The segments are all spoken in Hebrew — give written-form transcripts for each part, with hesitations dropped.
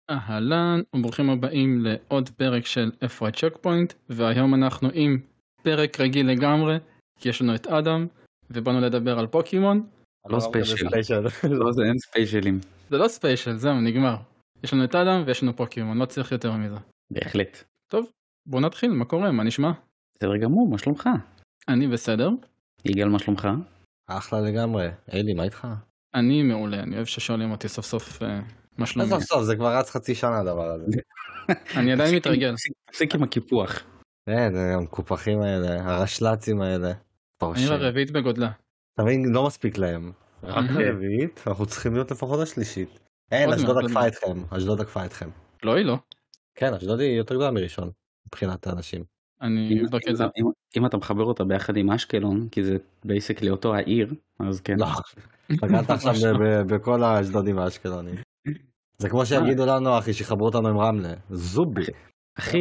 אהלן וברוכים הבאים לעוד פרק של FY Checkpoint, והיום אנחנו עם פרק רגיל לגמרי כי יש לנו את אדם ובאנו לדבר על פוקימון. לא ספיישל. לא, זה אין ספיישלים. זה לא ספיישל, זהו, נגמר. יש לנו את אדם ויש לנו פוקימון, לא צריך יותר מזה. בהחלט. טוב, בוא נתחיל, מה קורה, מה נשמע? בסדר גמור, מה שלומך? אני בסדר. יגאל, מה שלומך? אחלה לגמרי. אלי, מה איתך? אני מעולה, אני אוהב ששואלים אותי סוף סוף מה שלומי. סוף סוף, זה כבר רץ חצי שנה הדבר הזה. אני עדיין מתרגל. תפסיק עם הקיפוח. כן, המקופחים האלה, הרשל"צים האלה. אני הרביעית בגודלה. אתה מבין, לא מספיק להם. רק רביעית, אנחנו צריכים להיות לפחות השלישית. אין, אשדוד עקפה אתכם, אשדוד עקפה אתכם. לא, היא לא. כן, אשדוד היא יותר גדולה מראשון, מבחינת האנשים. אני אבדוק את זה. אם אתה מחבר אותה ביחד עם אשקלון, כי זה בייסקלי אותו העיר, אז כן. לא, פגעת עכשיו בכל האשדודים והאשקלונים. זה כמו שיגידו לנו, אחי, שיחברו אותנו עם רמלה. זובי. אחי,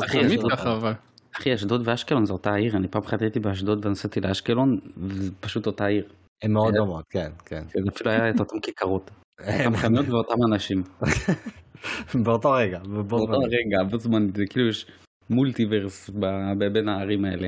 אשדוד ואשקלון זה אותה העיר. אני פעם אחת הייתי באשדוד ונסעתי לאשקלון, וזה פשוט אותה העיר. הן מאוד דומות, כן, כן. אפילו היה את אותם כיכרות. אותם חנויות ואותם אנשים. באותו רגע. באותו רגע, בזמן, זה כאילו יש מולטיברס בין הערים האלה.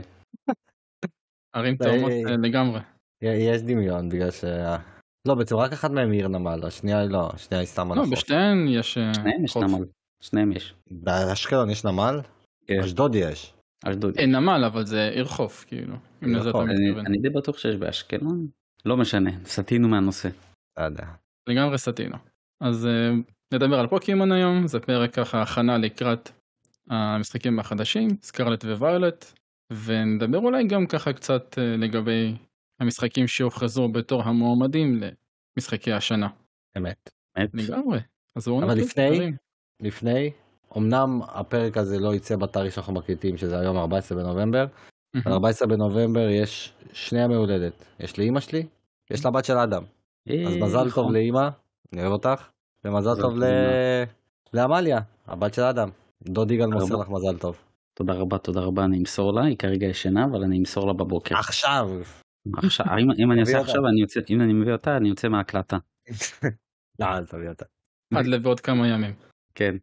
ערים תאומות לגמרי. יש דמיון בגלל ש... לא, בעצם רק אחת מהם היא עיר נמל, השנייה היא לא, השנייה היא סתם על החוף. לא, בשתיהן יש... שניהם יש נמל, שניהם יש. באשקלון יש נמל? אשדוד יש. אין נמל, אבל זה עיר חוף, כאילו. אני די בטוח שיש באשקלון, לא משנה, סטינו מהנושא. לגמרי סטינו. אז נדבר על פוקימון היום, זה פרק ככה הכנה לקראת המשחקים החדשים, סקרלט וויולט, ונדבר אולי גם ככה קצת לגבי המשחקים שהוכרזו בתור המועמדים למשחקי השנה. אמת. לגמרי. אבל לפני, אמנם הפרק הזה לא יצא בתאריך שאנחנו מקליטים, שזה היום 14 בנובמבר, אבל 14 בנובמבר יש שני ימי הולדת. יש לאמא שלי, יש לבת של אדם. אז מזל טוב לאמא, אני אוהב אותך, ומזל טוב לאמליה, הבת של אדם. דוד יגאל מוסר לך מזל טוב. תודה רבה, אני אמסור לה, היא כרגע ישנה, אבל אני אמסור לה בבוקר. עכשיו, אם אני עושה עכשיו, אם אני מביא אותה, אני יוצא מההקלטה. לא, אל תביא אותה. עד לבעוד כמה ימים. כן.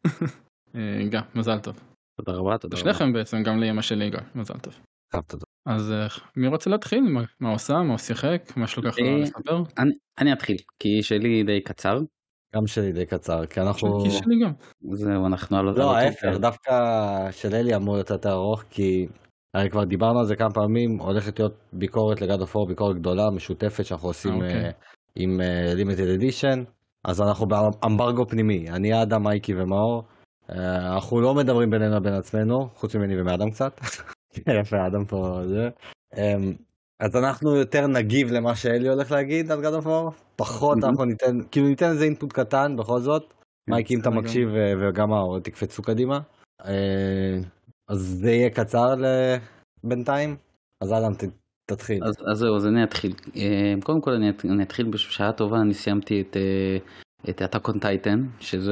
גם, מזל טוב. תודה רבה. לשניכם בעצם, גם לאמא שלי גם, מזל טוב. תודה. אז מי רוצה להתחיל? מה עושה? מה הוא שיחק? מה שלוקח לו לספר? אני אתחיל, כי שלי די קצר. גם שלי די קצר, כי אנחנו... כי שלי גם. זהו, אנחנו... לא, ההפך, דווקא של אלי אמור להיות יותר ארוך, כי הרי כבר דיברנו על זה כמה פעמים, הולכת להיות ביקורת לגד אוף וור, ביקורת גדולה, משותפת, שאנחנו עושים עם Limited Edition, אז אנחנו באמברגו פנימי, אני אדם, מייקי ומאור, אנחנו לא מדברים בינינו בין עצמנו, חוץ ממני ומאדם קצת, יפה, אדם פה זה. אז אנחנו יותר נגיב למה שאלי הולך להגיד על גד אוף וור, פחות אנחנו ניתן איזה אינפוט קטן בכל זאת, מייקי אם אתה מקשיב וגם מאור תקפצו קדימה, אז זה יהיה קצר בינתיים, אז אדם תתחיל. אז זהו, אז אני אתחיל. קודם כל אני אתחיל בשעה טובה, אני סיימתי את Attack on Titan, שזה...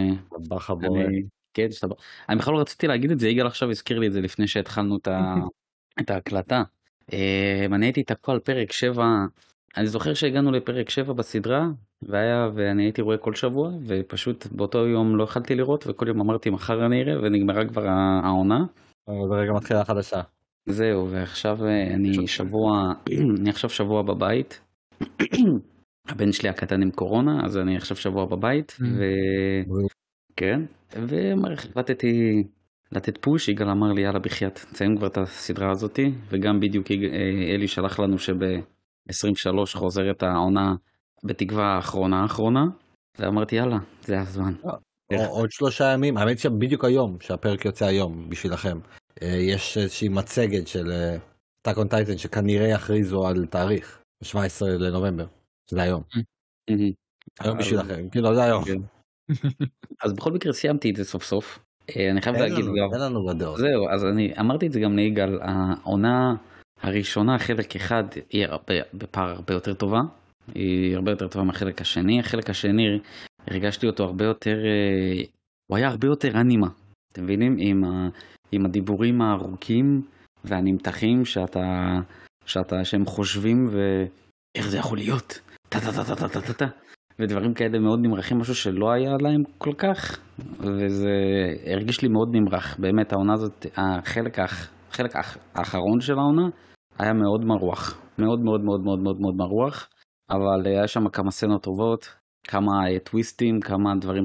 כן, אני בכלל לא רציתי להגיד את זה, יגאל עכשיו הזכיר לי את זה לפני שהתחלנו את ההקלטה. אני הייתי תקוע על פרק 7, אני זוכר שהגענו לפרק 7 בסדרה, ואני הייתי רואה כל שבוע, ופשוט באותו יום לא יכלתי לראות, וכל יום אמרתי מחר אני אראה, ונגמרה כבר העונה. ברגע מתחילה חדשה. זהו, ועכשיו אני עכשיו שבוע בבית, הבן שלי הקטן עם קורונה, אז אני עכשיו שבוע בבית, כן, והחלטתי לתת פוש, יגאל אמר לי יאללה בחייאת, תסיים כבר את הסדרה הזאת, וגם בדיוק אלי שלח לנו שב-23 חוזרת העונה בתקווה האחרונה, ואמרתי יאללה, זה הזמן. עוד 3 ימים, האמת שבדיוק היום, שהפרק יוצא היום בשבילכם, יש איזושהי מצגת של Attack on Titan שכנראה יכריזו על תאריך, 17 לנובמבר, שזה היום. היום בשבילכם, כאילו זה היום. אז בכל מקרה סיימתי את זה סוף סוף. אני חייב להגיד גם. אין לנו בדעות. זהו, אז אני אמרתי את זה גם ליגאל, העונה הראשונה, חלק אחד, היא בפער הרבה יותר טובה. היא הרבה יותר טובה מהחלק השני. החלק השני, הרגשתי אותו הרבה יותר, הוא היה הרבה יותר אנימה. אתם מבינים? עם הדיבורים הארוכים והנמתחים שהם חושבים ואיך זה יכול להיות? ודברים כאלה מאוד נמרחים, משהו שלא היה להם כל כך, וזה הרגיש לי מאוד נמרח. באמת, העונה הזאת, החלק האחרון של העונה, היה מאוד מרוח. מאוד מאוד מאוד מאוד מאוד מאוד מרוח, אבל היה שם כמה סצנות טובות, כמה טוויסטים, כמה דברים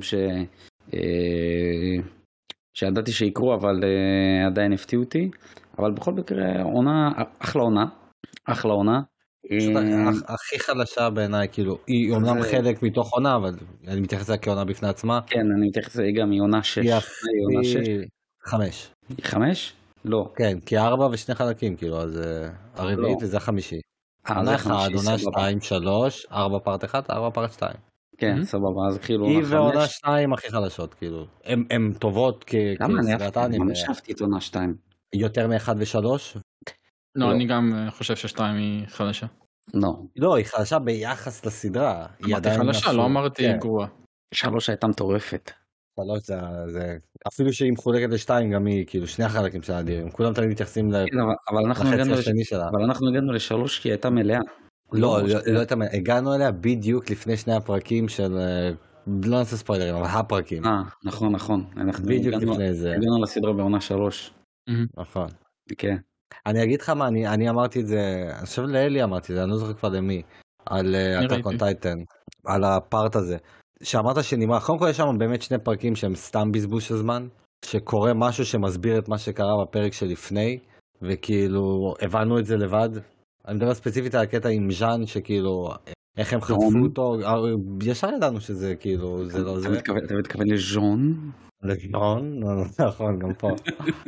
שידעתי שיקרו, אבל עדיין הפתיעו אותי. אבל בכל מקרה, עונה, אחלה עונה. הכי חלשה בעיניי, כאילו, היא אומנם חלק מתוך עונה, אבל אני מתייחס לה כעונה בפני עצמה. כן, אני מתייחס גם מעונה 6. היא 5. היא 5? לא. כן, כי 4 ושני חלקים, כאילו, אז הרביעית וזה החמישי. עונה 1, עונה 2, 3, 4 פרט 1, 4 פרט 2. כן, סבבה, אז כאילו היא ועונה 2 הכי חלשות, כאילו. הן טובות כסדרת אנימה. למה אני חשבתי את עונה 2? יותר מ-1 ו-3? לא, אני גם חושב ש2 היא חלשה. לא, היא חלשה ביחס לסדרה. אמרתי חלשה, לא אמרתי גרועה. 3 הייתה מטורפת. 3 זה... אפילו שהיא מחולקת ל2 גם היא, כאילו, שני החלקים שלה אדירים. כולם תמיד מתייחסים לחצי השני שלה. אבל אנחנו הגענו ל3 כי היא הייתה מלאה. לא הייתה מלאה. הגענו אליה בדיוק לפני שני הפרקים של... לא נעשה ספוילרים, אבל הפרקים. נכון. בדיוק לפני זה. הגענו לסדרה בעונה 3. נכון. כן. אני אגיד לך מה, אני אמרתי את זה, אני חושב לאלי אמרתי את זה, אני לא זוכר כבר למי, על Attack on Titan, על הפארט הזה, שאמרת שנמרח, קודם כל יש שם באמת שני פרקים שהם סתם בזבוז של זמן, שקורה משהו שמסביר את מה שקרה בפרק שלפני, וכאילו הבנו את זה לבד. אני מדבר ספציפית על הקטע עם ז'אן, שכאילו, איך הם חטפו אותו, ישר ידענו שזה כאילו, זה לא זה. אתה מתכוון לז'ון? לז'ון? נכון, גם פה.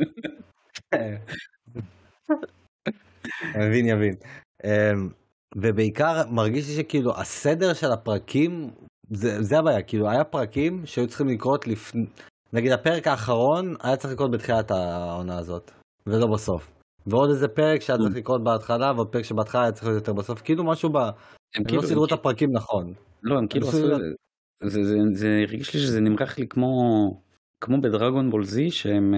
יבין. ובעיקר מרגיש לי שכאילו הסדר של הפרקים זה הבעיה, כאילו היה פרקים שהיו צריכים לקרות לפני, נגיד הפרק האחרון היה צריך לקרות בתחילת העונה הזאת ולא בסוף, ועוד איזה פרק שהיה צריך לקרות בהתחלה ועוד פרק שבהתחלה היה צריך להיות יותר בסוף, כאילו משהו הם לא סידרו את הפרקים נכון. לא, הם כאילו זה הרגיש לי שזה נמרח לי כמו בדרגון בול זי,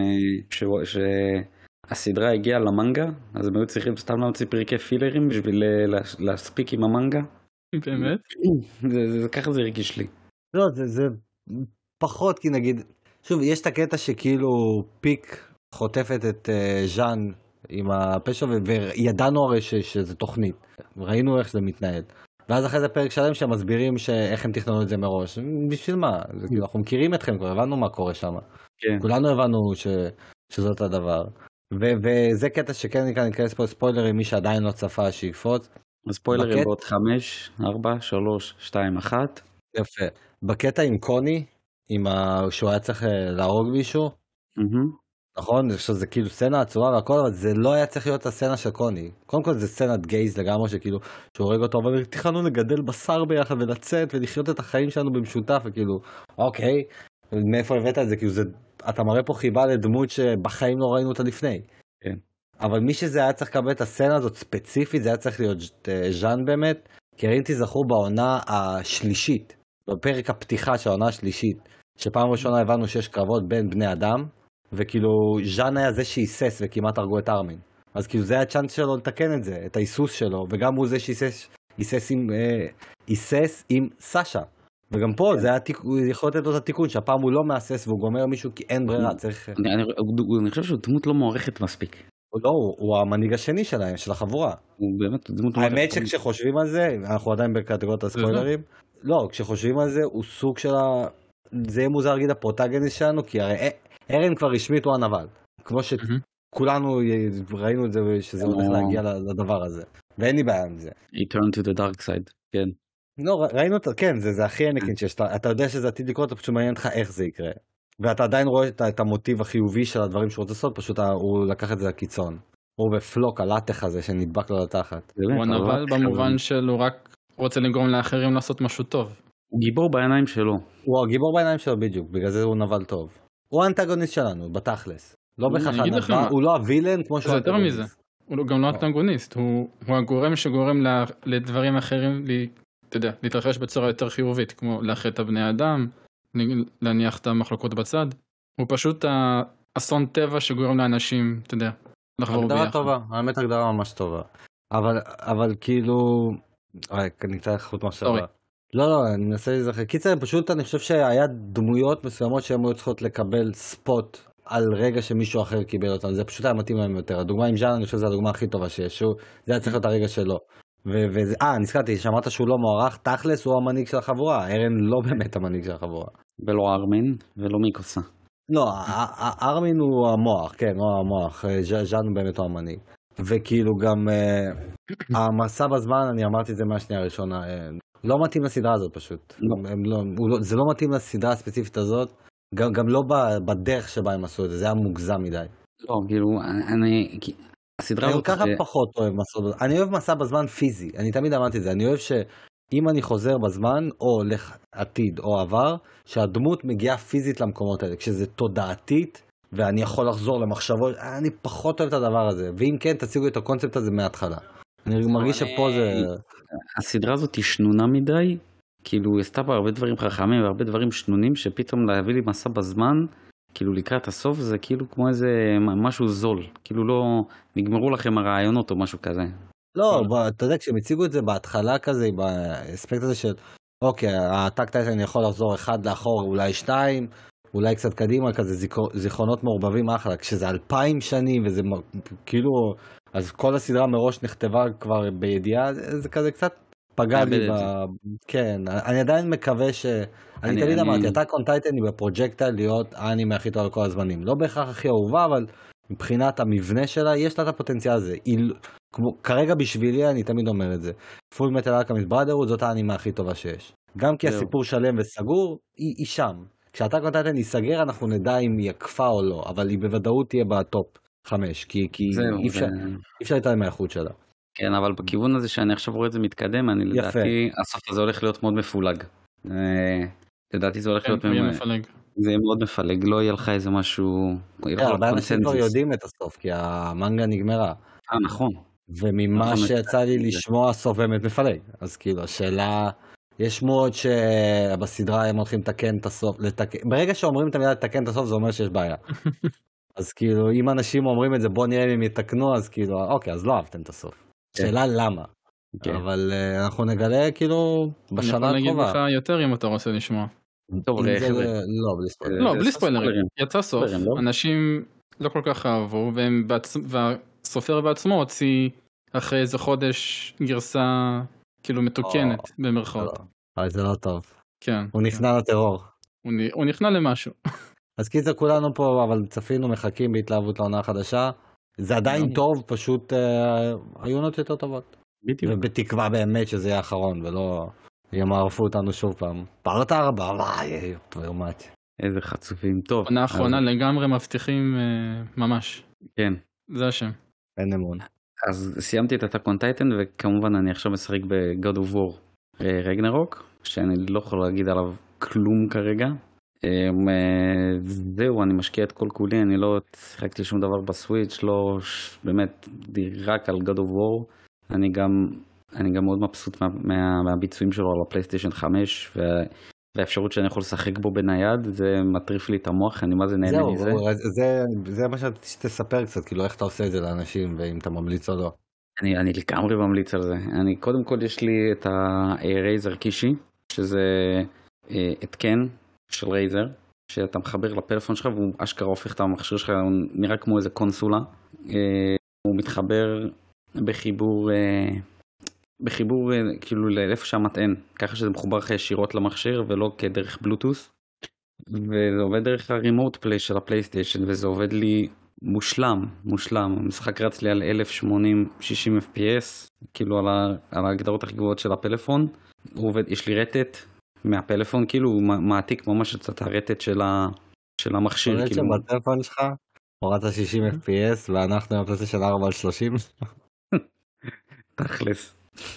הסדרה הגיעה למנגה, אז הם היו צריכים סתם להוציא פרקי פילרים בשביל להספיק עם המנגה. באמת? ככה זה הרגיש לי. לא, זה פחות, כי נגיד, שוב, יש את הקטע שכאילו פיק חוטפת את ז'אן עם הפשע, וידענו הרי שזה תוכנית, ראינו איך זה מתנהל. ואז אחרי זה פרק שלם שמסבירים איך הם תכננו את זה מראש. בשביל מה? אנחנו מכירים אתכם כבר, הבנו מה קורה שם. כולנו הבנו שזאת הדבר. וזה קטע שכן ניכנס פה ספוילרים, מי שעדיין לא צפה שיקפוץ. ספוילרים בעוד 5, 4, 3, 2, 1. יפה. בקטע עם קוני, שהוא היה צריך להרוג מישהו, נכון? שזה כאילו סצנה עצובה והכל, אבל זה לא היה צריך להיות הסצנה של קוני. קודם כל זה סצנת גייז לגמרי, שכאילו, שהוא הורג אותו, אבל תכננו לגדל בשר ביחד ולצאת ולחיות את החיים שלנו במשותף, וכאילו, אוקיי, מאיפה הבאת את זה? כאילו זה... אתה מראה פה חיבה לדמות שבחיים לא ראינו אותה לפני. כן. אבל מי שזה היה צריך לקבל את הסצנה הזאת ספציפית, זה היה צריך להיות ז'אן באמת, כי אם תזכרו בעונה השלישית, בפרק הפתיחה של העונה השלישית, שפעם ראשונה הבנו שיש קרבות בין בני אדם, וכאילו ז'אן היה זה שהיסס וכמעט הרגו את ארמין. אז כאילו זה היה הצ'אנס שלו לתקן את זה, את ההיסוס שלו, וגם הוא זה שהיסס עם סאשה. וגם פה זה יכול לתת לו את התיקון, שהפעם הוא לא מאסס והוא גומר מישהו כי אין ברירה, צריך... אני חושב שהוא דמות לא מוערכת מספיק. לא, הוא המנהיג השני שלהם, של החבורה. הוא באמת דמות... האמת שכשחושבים על זה, אנחנו עדיין בקטגוריית הספוילרים, לא, כשחושבים על זה, הוא סוג של זה יהיה מוזר להגיד הפרוטגניסט שלנו, כי הרי ארן כבר רשמית הוא הנבל. כמו שכולנו ראינו את זה, שזה הולך להגיע לדבר הזה. ואין לי בעיה עם זה. He turned to the dark side, כן. לא, ראינו אותה, כן, זה הכי אנקין שיש, אתה יודע שזה עתיד לקרות, פשוט מעניין לך איך זה יקרה. ואתה עדיין רואה את המוטיב החיובי של הדברים שהוא רוצה לעשות, פשוט הוא לקח את זה לקיצון. הוא בפלוק, הלטח הזה שנדבק לו לתחת. הוא הנבל במובן שלו רק רוצה לגרום לאחרים לעשות משהו טוב. הוא גיבור בעיניים שלו. הוא הגיבור בעיניים שלו בדיוק, בגלל זה הוא נבל טוב. הוא האנטגוניסט שלנו, בתכלס. לא בכך הנבל, הוא לא הווילן כמו שהוא האנטגוניסט. זה יותר מזה, הוא גם לא האנטגוניסט, הוא הגורם שגורם לדברים אחרים אתה יודע, להתרחש בצורה יותר חיובית, כמו לאחד את הבני אדם, להניח את המחלוקות בצד. הוא פשוט האסון טבע שגורם לאנשים, אתה יודע, לחבור ביחד. הגדרה טובה, האמת הגדרה ממש טובה. אבל כאילו, אני קצת חוט מחשבה. לא, אני מנסה להיזכר. קיצר, פשוט אני חושב שהיה דמויות מסוימות שהן היו צריכות לקבל ספוט על רגע שמישהו אחר קיבל אותם. זה פשוט היה מתאים להם יותר. הדוגמה עם ז'אן, אני חושב שזו הדוגמה הכי טובה שיש. זה היה צריך להיות הרגע שלו. נזכרתי, שאמרת שהוא לא מוערך, תכלס הוא המנהיג של החבורה. ארן לא באמת המנהיג של החבורה. ולא ארמין, ולא מיקוסה. לא, ארמין הוא המוח, כן, הוא המוח. ז'אן הוא באמת הוא המנהיג. וכאילו גם המסע בזמן, אני אמרתי את זה מהשנייה הראשונה, לא מתאים לסדרה הזאת פשוט. זה לא מתאים לסדרה הספציפית הזאת, גם לא בדרך שבה הם עשו את זה, זה היה מוגזם מדי. לא, כאילו, הסדרה אני הזאת... ככה פחות אוהב מסע בזמן. אני אוהב מסע בזמן פיזי, אני תמיד אמרתי את זה, אני אוהב שאם אני חוזר בזמן, או הולך עתיד או עבר, שהדמות מגיעה פיזית למקומות האלה, כשזה תודעתית, ואני יכול לחזור למחשבות, אני פחות אוהב את הדבר הזה, ואם כן, תציגו את הקונספט הזה מההתחלה. אני מרגיש שפה זה... הסדרה הזאת היא שנונה מדי, כאילו היא עשתה בה הרבה דברים חכמים והרבה דברים שנונים, שפתאום להביא לי מסע בזמן, כאילו לקראת הסוף זה כאילו כמו איזה משהו זול, כאילו לא נגמרו לכם הרעיונות או משהו כזה. לא, אתה יודע, כשהם הציגו את זה בהתחלה כזה, באספקט הזה של, אוקיי, הטאק טייטן יכול לחזור אחד לאחור, אולי 2, אולי קצת קדימה, כזה זיכרונות מעורבבים אחלה, כשזה 2000 שנים, וזה כאילו, אז כל הסדרה מראש נכתבה כבר בידיעה, זה כזה קצת פגע לי כן, אני עדיין מקווה אני תמיד אמרתי, הטאק און טייטן היא בפרוג'קטה להיות האנימה הכי טובה לכל הזמנים, לא בהכרח הכי אהובה, אבל מבחינת המבנה שלה, יש לה את הפוטנציאל הזה, כרגע בשבילי אני תמיד אומר את זה, פול מטל אלכמיסט בראדרהוד זאת האנימה הכי טובה שיש, גם כי הסיפור שלם וסגור, היא שם. כשהטאק און טייטן ייסגר אנחנו נדע אם היא עקפה או לא, אבל היא בוודאות תהיה בטופ 5, כי אי אפשר להתעלם מהאיכות שלה. כן, אבל בכיוון הזה שאני עכשיו רואה את זה מתקדם, אני לדעתי הסוף הזה הולך להיות מאוד מפולג. לדעתי זה הולך להיות מפלג. זה מאוד מפלג, לא יהיה לך איזה משהו... הרבה אנשים כבר יודעים את הסוף, כי המנגה נגמרה. נכון. וממה שיצא לי לשמוע הסוף באמת מפלג. אז כאילו השאלה... יש שמועות שבסדרה הם הולכים לתקן את הסוף, ברגע שאומרים את המילה לתקן את הסוף זה אומר שיש בעיה. אז כאילו אם אנשים אומרים את זה בוא נראה אם הם יתקנו, אז כאילו אוקיי, אז לא אהבתם את הסוף. שאלה למה. אבל אנחנו נגלה כאילו בשנה הקרובה. אני יכול להגיד לך יותר אם אתה רוצה לשמוע. טוב, לא, בלי ספוילרים. יצא סוף, אנשים לא כל כך אהבו, והסופר בעצמו הוציא אחרי איזה חודש גרסה כאילו מתוקנת במרכאות. אבל זה לא טוב. כן. הוא נכנע לטרור. הוא נכנע למשהו. אז קיצר כולנו פה, אבל צפינו מחכים בהתלהבות לעונה החדשה. זה עדיין טוב, פשוט היו עונות יותר טובות. בדיוק. ובתקווה באמת שזה יהיה האחרון, ולא ימערפו אותנו שוב פעם. פרט 4, וואי, פרמט. איזה חצופים, טוב. עונה האחרונה לגמרי מבטיחים ממש. כן. זה השם. אין אמון. אז סיימתי את הטאק און טייטן, וכמובן אני עכשיו משחק ב-God of War רגנרוק, שאני לא יכול להגיד עליו כלום כרגע. זהו, אני משקיע את כל כולי, אני לא שיחקתי שום דבר בסוויץ', לא באמת רק על God of War. אני גם מאוד מבסוט מהביצועים שלו על הפלייסטיישן 5, והאפשרות שאני יכול לשחק בו בנייד, זה מטריף לי את המוח, אני מה זה נהנה מזה. זה מה שתספר קצת, כאילו איך אתה עושה את זה לאנשים, ואם אתה ממליץ או לא. אני לגמרי ממליץ על זה. קודם כל יש לי את הרייזר קישי, שזה התקן של רייזר, שאתה מחבר לפלאפון שלך, והוא אשכרה הופך את המכשיר שלך, הוא נראה כמו איזה קונסולה. הוא מתחבר בחיבור כאילו לאיפה שהמטען, ככה שזה מחובר לך ישירות למכשיר ולא כדרך בלוטוס, וזה עובד דרך הרימוט פליי של הפלייסטיישן, וזה עובד לי מושלם. המשחק רץ לי על 1080-60 FPS, כאילו על ההגדרות הכי גבוהות של הפלאפון. הוא עובד, יש לי רטט מהפלאפון, כאילו הוא מעתיק ממש את הרטט של המכשיר. הרטט שבטלפון שלך הורדת 60 FPS ואנחנו עם הפלייסטיישן 4 על 30. תכלס.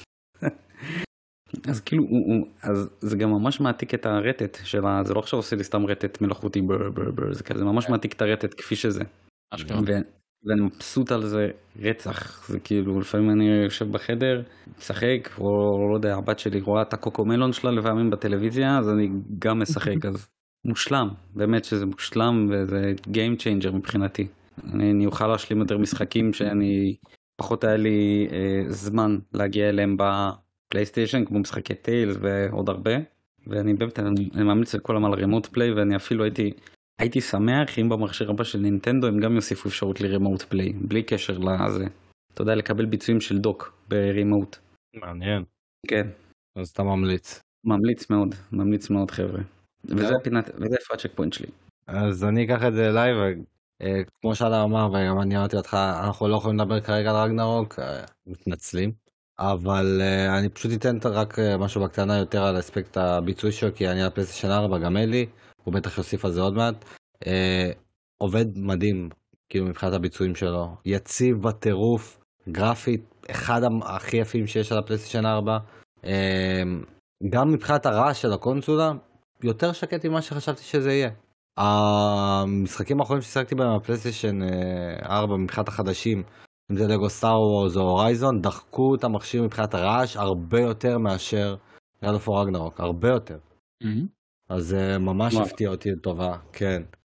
אז כאילו, אז זה גם ממש מעתיק את הרטט שלה, זה לא עכשיו עושה לי סתם רטט מלאכותי, זה כזה ממש מעתיק את הרטט כפי שזה. ואני מבסוט על זה רצח, זה כאילו, לפעמים אני יושב בחדר, משחק, או לא יודע, הבת שלי רואה את הקוקומלון שלה לפעמים בטלוויזיה, אז אני גם משחק, אז מושלם, באמת שזה מושלם, וזה Game Changer מבחינתי. אני אוכל להשלים יותר משחקים שאני... פחות היה לי זמן להגיע אליהם פלייסטיישן, כמו משחקי טיילס ועוד הרבה, ואני באמת, אני ממליץ לכולם על רימוט פליי, ואני אפילו הייתי שמח אם במכשיר הבא של נינטנדו הם גם יוסיפו אפשרות לרימוט פליי, בלי קשר לזה. אתה יודע, לקבל ביצועים של דוק ברימוט. מעניין. כן. אז אתה ממליץ. ממליץ מאוד חבר'ה. וזה הפינת, וזה איפה הצ'ק פוינט שלי. אז אני אקח את זה אליי, וכמו שאלה אמר, וגם אני אמרתי אותך, אנחנו לא יכולים לדבר כרגע על רגנרוק, מתנצלים, אבל אני פשוט אתן רק משהו בקטנה יותר על אספקט הביצועי שלו, כי אני על פלייסטיישן 4, גם אלי, הוא בטח יוסיף על זה עוד מעט, עובד מדהים, כאילו מבחינת הביצועים שלו, יציב בטירוף, גרפית, אחד הכי יפים שיש על הפלייסטיישן 4, גם מבחינת הרעש של הקונסולה, יותר שקט ממה שחשבתי שזה יהיה. המשחקים האחרונים ששחקתי בהם בפלייסטיישן 4 מבחינת החדשים, אם זה לגו סטאר וורז או הורייזון, דחקו את המכשיר מבחינת הרעש הרבה יותר מאשר God of War Ragnarok, הרבה יותר. אז זה ממש הפתיע אותי לטובה, כן.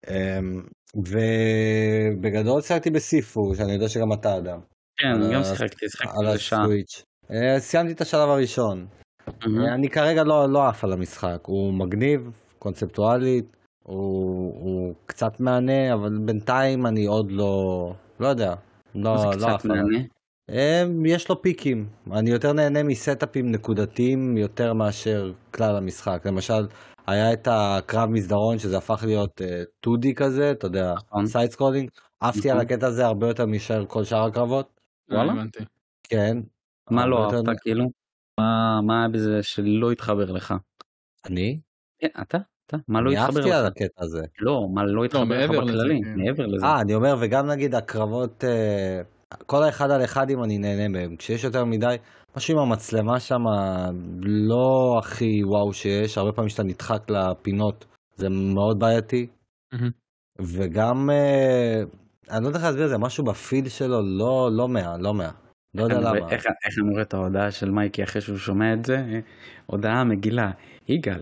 ובגדול שחקתי בסיפו, שאני יודע שגם אתה אדם. כן, גם שחקתי על הסוויץ'. סיימתי את השלב הראשון. אני כרגע לא עף על המשחק, הוא מגניב, קונספטואלית, הוא קצת מענה, אבל בינתיים אני עוד לא יודע. זה קצת מענה? יש לו פיקים, אני יותר נהנה מסטאפים נקודתיים יותר מאשר כלל המשחק. למשל, היה את הקרב מסדרון שזה הפך להיות 2D כזה, אתה יודע, סייד סקרולינג, עפתי על הקטע הזה הרבה יותר משאר כל שאר הקרבות. וואלה? כן. מה לא אהבת כאילו? מה היה בזה שלא התחבר לך? אני? כן, אתה? מה לא התחבר לך? אני אהבתי על הקטע הזה. לא, מה לא התחבר לך בכללי? מעבר לזה. אני אומר, וגם נגיד הקרבות, כל האחד על אחדים אני נהנה מהם. כשיש יותר מדי, משהו עם המצלמה שם לא הכי וואו שיש, הרבה פעמים שאתה נדחק לפינות, זה מאוד בעייתי. וגם, אני לא יודע איך להסביר, זה משהו בפיל שלו, לא מאה. לא יודע למה. איך אני רואה את ההודעה של מייקי אחרי שהוא שומע את זה? הודעה מגילה, יגאל.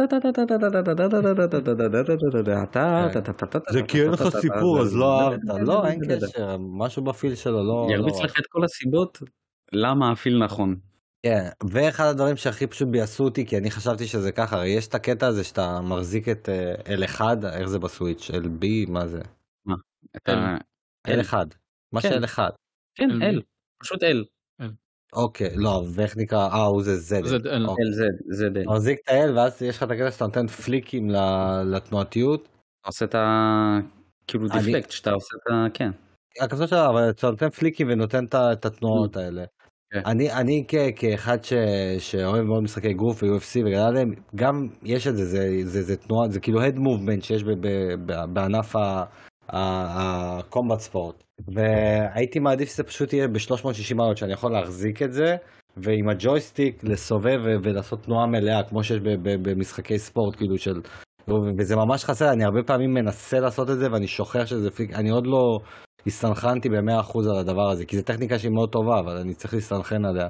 זה כי אין לך סיפור, אז לא אהבת. לא, אין קשר, משהו בפיל שלו לא... ירביץ לך את כל הסיבות למה הפיל נכון. כן, ואחד הדברים שהכי פשוט ביאסו אותי, כי אני חשבתי שזה ככה, הרי יש את הקטע הזה שאתה מחזיק את L1, איך זה בסוויץ', LB, מה זה? מה? L1, מה ש-L1. כן, L. פשוט L. אוקיי, לא, ואיך נקרא? הוא זה ZL. ZL. מחזיק את ה-L, ואז יש לך את הקטע שאתה נותן פליקים לתנועתיות. אתה עושה את כאילו דיפלקט, שאתה עושה את כן. הכסות שלה, אבל אתה נותן פליקים ונותן את התנועות האלה. אני כאחד שאוהב מאוד משחקי גוף ו-UFC וגם עליהם, גם יש את זה, זה תנועה, זה כאילו head movement שיש בענף הקומבט ספורט. והייתי מעדיף שזה פשוט יהיה ב-360 מעלות, שאני יכול להחזיק את זה, ועם הג'ויסטיק לסובב ולעשות תנועה מלאה, כמו שיש במשחקי ספורט, כאילו של... וזה ממש חסר, אני הרבה פעמים מנסה לעשות את זה, ואני שוכח שזה פליק, אני עוד לא הסתנחנתי ב-100% על הדבר הזה, כי זו טכניקה שהיא מאוד טובה, אבל אני צריך להסתנחן עליה.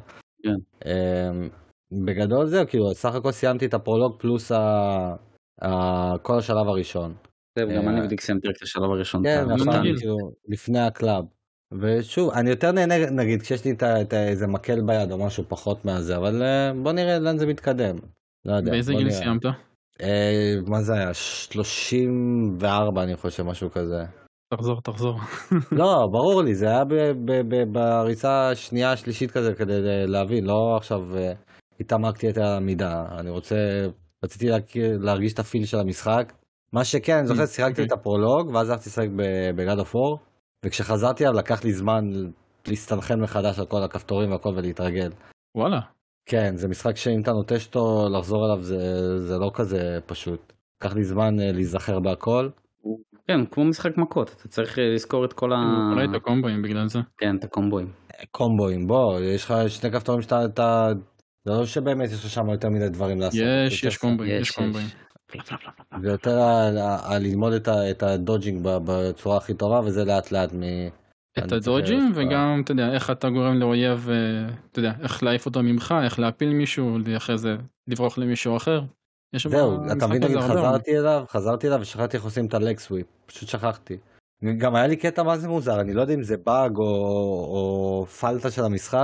בגדול זהו, כאילו, סך הכל סיימתי את הפרולוג פלוס כל השלב הראשון. גם אני בדיוק סיימתי את השלב הראשון. כן, לפני הקלאב. ושוב, אני יותר נהנה, נגיד, כשיש לי איזה מקל ביד או משהו פחות מהזה, אבל בוא נראה לאן זה מתקדם. באיזה גיל סיימת? מה זה היה? 34 אני חושב, משהו כזה. תחזור. לא, ברור לי, זה היה בריצה שנייה, שלישית כזה, כדי להבין, לא עכשיו התעמקתי את המידה. רציתי להרגיש את הפיל של המשחק. מה שכן, אני זוכר, שיחקתי את הפרולוג, ואז הלכתי לשחק ב-God of War, וכשחזרתי עליו לקח לי זמן להסתנחן מחדש על כל הכפתורים והכל ולהתרגל. וואלה. כן, זה משחק שאם אתה נוטש אותו לחזור עליו, זה לא כזה פשוט. לקח לי זמן להיזכר בהכל. כן, כמו משחק מכות, אתה צריך לזכור את כל אולי את הקומבואים בגלל זה. כן, את הקומבואים. קומבואים, בוא, יש לך שני כפתורים שאתה... זה לא שבאמת יש לך שם יותר מדי דברים לעשות. יש קומבואים. ויותר ללמוד את הדודג'ינג בצורה הכי טובה, וזה לאט לאט את הדודג'ינג, וגם, אתה יודע, איך אתה גורם לאויב, אתה יודע, איך להעיף אותו ממך, איך להפיל מישהו, אחרי זה לברוח למישהו אחר. זהו, אתה מבין, חזרתי אליו ושכחתי איך עושים את הלג סוויפ, פשוט שכחתי. גם היה לי קטע מה זה מוזר, אני לא יודע אם זה באג או פלטה של המשחק,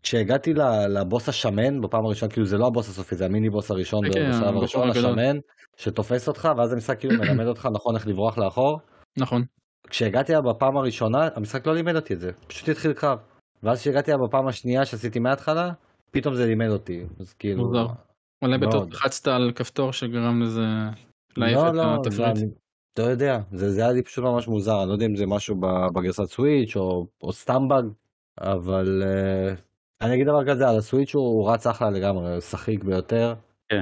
כשהגעתי לבוס השמן בפעם הראשונה, כאילו זה לא הבוס הסופי, זה המיני בוס הראשון בשלב הראשון, השמן, שתופס אותך, ואז המשחק כאילו מלמד אותך נכון איך לברוח לאחור. נכון. כשהגעתי בפעם הראשונה, המשחק לא לימד אותי את זה, פשוט התחיל קרב. ואז כשהגעתי בפעם השנייה שעשיתי מההתחלה, פתאום זה לימד אותי. אז כאילו... מוזר. אולי בטוח לחצת על כפתור שגרם לזה להעיף את התפריט. לא יודע, זה היה לי פשוט ממש מוזר, אני לא יודע אם זה משהו בגרסת סוויץ' או סתם באג, אבל אני אגיד דבר כזה, על הסוויץ' הוא רץ אחלה לגמרי, הוא שחיק ביותר,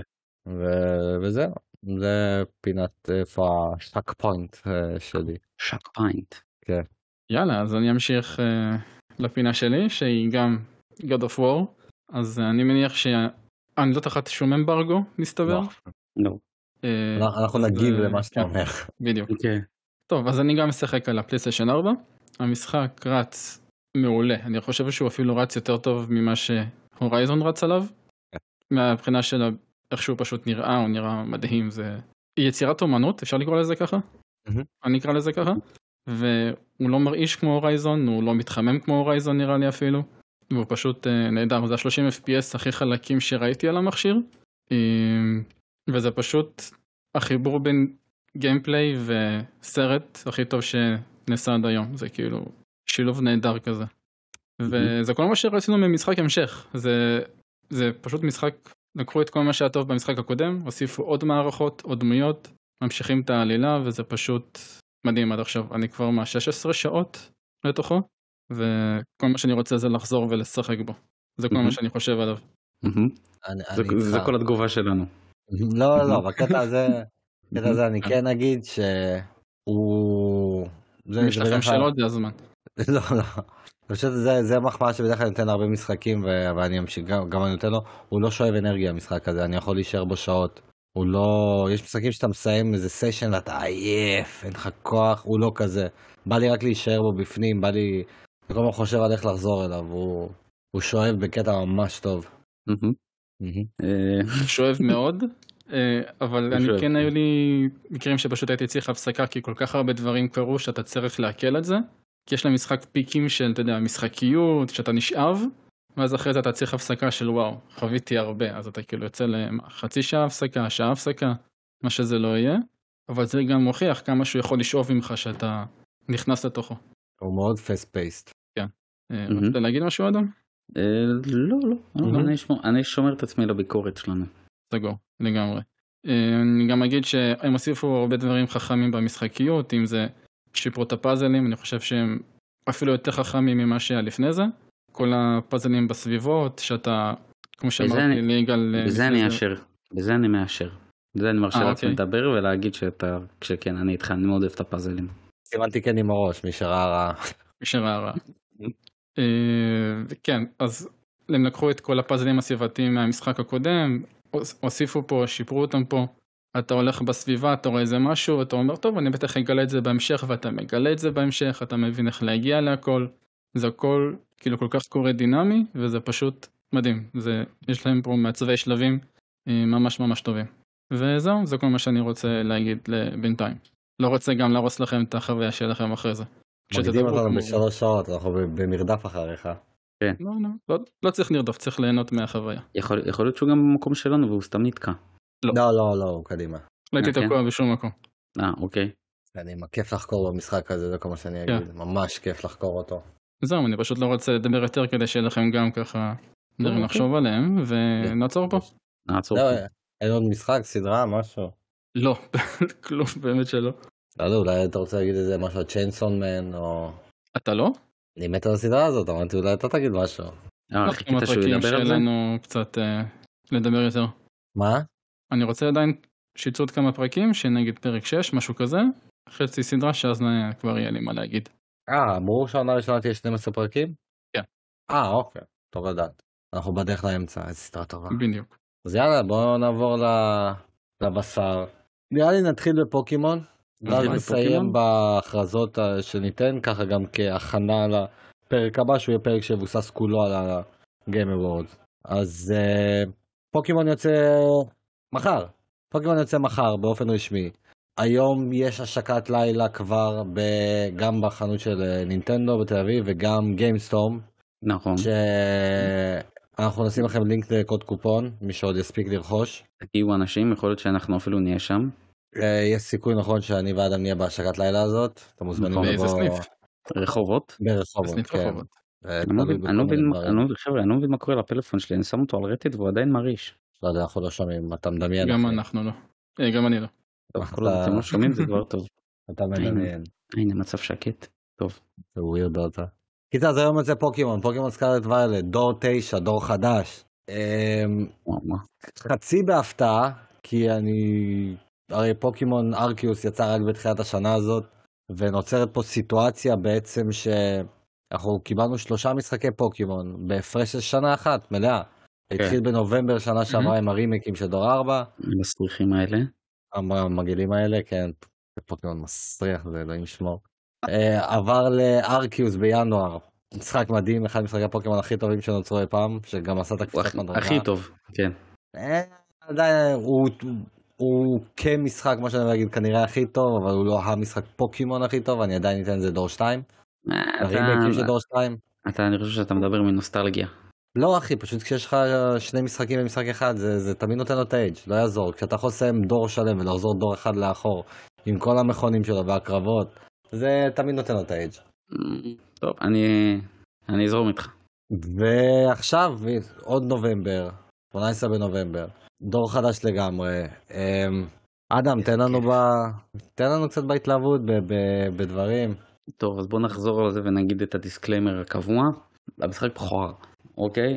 וזהו, זה פינת איפה השק פוינט שלי. שק פוינט. כן. יאללה, אז אני אמשיך לפינה שלי, שהיא גם God of War, אז אני מניח אני לא תחת שום אמברגו, מסתבר. לא. אנחנו נגיב למה שאתה אומר. בדיוק. טוב, אז אני גם משחק על הפלייסטיישן 4. המשחק רץ מעולה. אני חושב שהוא אפילו רץ יותר טוב ממה שהורייזון רץ עליו. מהבחינה של איך שהוא פשוט נראה, הוא נראה מדהים. זה יצירת אומנות, אפשר לקרוא לזה ככה? אני אקרא לזה ככה. והוא לא מרעיש כמו הורייזון, הוא לא מתחמם כמו הורייזון נראה לי אפילו. והוא פשוט נהדר. זה 30 FPS הכי חלקים שראיתי על המכשיר. וזה פשוט החיבור בין גיימפליי וסרט הכי טוב שנעשה עד היום. זה כאילו שילוב נהדר כזה. וזה כל מה שרצינו ממשחק המשך. זה פשוט משחק, לקחו את כל מה שהיה טוב במשחק הקודם, הוסיפו עוד מערכות, עוד דמויות, ממשיכים את העלילה, וזה פשוט מדהים עד עכשיו. אני כבר 16 שעות לתוכו, וכל מה שאני רוצה זה לחזור ולשחק בו. זה כל מה שאני חושב עליו. זה כל התגובה שלנו. לא, בקטע הזה אני כן אגיד שהוא... יש לכם שאלות, זה הזמן. לא. אני חושב שזה מחמאה שבדרך כלל נותן הרבה משחקים, ואני אמשיך, גם אני נותן לו, הוא לא שואב אנרגיה המשחק הזה, אני יכול להישאר בו שעות. הוא לא... יש משחקים שאתה מסיים איזה סשן ואתה עייף, אין לך כוח, הוא לא כזה. בא לי רק להישאר בו בפנים, בא לי... אני כל הזמן חושב על איך לחזור אליו, הוא שואב בקטע ממש טוב. שואב מאוד, אבל אני כן היו לי מקרים שפשוט הייתי צריך הפסקה, כי כל כך הרבה דברים קרו שאתה צריך להקל את זה, כי יש למשחק פיקים של, אתה יודע, משחקיות, שאתה נשאב, ואז אחרי זה אתה צריך הפסקה של וואו, חוויתי הרבה, אז אתה כאילו יוצא לחצי שעה הפסקה, שעה הפסקה, מה שזה לא יהיה, אבל זה גם מוכיח כמה שהוא יכול לשאוב ממך שאתה נכנס לתוכו. הוא מאוד fast-paced. כן. רצית להגיד משהו אדם? לא. אני שומר את עצמי לביקורת שלנו. סגור, לגמרי. אני גם אגיד שהם הוסיפו הרבה דברים חכמים במשחקיות, אם זה שיפרו את הפאזלים, אני חושב שהם אפילו יותר חכמים ממה שהיה לפני זה. כל הפאזלים בסביבות, שאתה, כמו שאמרתי, ליגל... בזה אני מאשר. בזה אני מרשה לעצמי לדבר ולהגיד שכן, אני איתך, אני מאוד אוהב את הפאזלים. סימנתי כן עם הראש, מי שראה רע. מי שראה רע. כן, אז הם לקחו את כל הפאזלים הסביבתיים מהמשחק הקודם, הוסיפו פה, שיפרו אותם פה, אתה הולך בסביבה, אתה רואה איזה משהו, אתה אומר, טוב, אני בטח אגלה את זה בהמשך, ואתה מגלה את זה בהמשך, אתה מבין איך להגיע להכל, זה הכל כאילו כל כך קורה דינמי, וזה פשוט מדהים, יש להם פה מעצבי שלבים ממש ממש טובים. וזהו, זה כל מה שאני רוצה להגיד בינתיים. לא רוצה גם להרוס לכם את החוויה שלכם אחרי זה. מקדים אותנו בשלוש שעות, אנחנו במרדף אחריך. לא צריך לרדוף, צריך ליהנות מהחוויה. יכול להיות שהוא גם במקום שלנו והוא סתם נתקע. לא, קדימה. לא הייתי תקוע בשום מקום. אוקיי. אני כיף לחקור במשחק הזה, זה כל מה שאני אגיד. ממש כיף לחקור אותו. זהו, אני פשוט לא רוצה לדבר יותר כדי שיהיה לכם גם ככה דברים לחשוב עליהם, ונעצור פה. אין עוד משחק, סדרה, משהו? לא, כלום, באמת שלא. לא, אולי אתה רוצה להגיד איזה משהו, צ'יינסון מן, או... אתה לא? אני מת על הסדרה הזאת, אמרתי, אולי אתה תגיד משהו. חיכית שהוא ידבר על זה? שלנו קצת לדבר יותר. מה? אני רוצה עדיין שיצאו עוד כמה פרקים, שנגיד פרק 6, משהו כזה, חצי סדרה, שאז כבר יהיה לי מה להגיד. אמרו שהעונה הראשונה תהיה 12 פרקים? כן. אוקיי, טוב לדעת. אנחנו בדרך לאמצע, איזו סדרה טובה. בדיוק. אז יאללה, בואו נעבור לבשר. נראה לי נתחיל בפוקימון. ואז נסיים בהכרזות שניתן, ככה גם כהכנה לפרק הבא, שהוא יהיה פרק שבוסס כולו על ה-Game Awards. אז פוקימון יוצא מחר באופן רשמי. היום יש השקת לילה כבר גם בחנות של נינטנדו בתל אביב וגם גיימסטורם. נכון. שאנחנו נשים לכם לינק לקוד קופון, מי שעוד יספיק לרכוש. תגיעו אנשים, יכול להיות שאנחנו אפילו נהיה שם. יש סיכוי נכון שאני ואדם נהיה בהשקת לילה הזאת. אתם מוזמנים באיזה סניף? רחובות? ברחובות, בסניף כן. רחובות. אני לא מבין מה קורה לפלאפון שלי, אני שם אותו על רטט והוא עדיין מרעיש. לא יודע, אנחנו לא שומעים, אתה מדמיין. גם אנחנו לא. גם אני לא. טוב, כל עוד אתם לא שומעים זה כבר טוב. אתה מדמיין. הנה, מצב שקט. טוב. זה ווירד אותה. קיצר, זה היום יוצא פוקימון סקארלט ויילט, דור 9, דור חדש. חצי בהפתעה, כי הרי פוקימון ארקיוס יצא רק בתחילת השנה הזאת, ונוצרת פה סיטואציה בעצם שאנחנו קיבלנו 3 משחקי פוקימון, בהפרש של שנה אחת, מלאה. התחיל בנובמבר שנה שעברה עם הרימקים של דור 4. המסריחים האלה. המגעילים האלה, כן, פוקימון מסריח, זה אלוהים שמור. עבר לארקיוס בינואר, משחק מדהים, אחד משחקי הפוקימון הכי טובים שנוצרו אי פעם, שגם עשה את הקפיצת מדרגה. הכי טוב, כן. עדיין, הוא כמשחק, כמו שאני אגיד, כנראה הכי טוב, אבל הוא לא המשחק פוקימון הכי טוב, אני עדיין אתן לזה דור 2. הרימקים של דור 2. אני חושב שאתה מדבר מנוסטלגיה. לא אחי, פשוט כשיש לך 2 משחקים במשחק אחד, זה תמיד נותן לו את האייג', לא יעזור. כשאתה יכול לסיים דור שלם ולחזור דור אחד לאחור, עם כל המכונים שלו והקרבות, זה תמיד נותן לו את האייג'. טוב, אני אזרום איתך. ועכשיו, עוד נובמבר, 18 בנובמבר, דור חדש לגמרי. אדם, תן לנו קצת בהתלהבות בדברים. טוב, אז בוא נחזור על זה ונגיד את הדיסקליימר הקבוע. המשחק בכוער, אוקיי?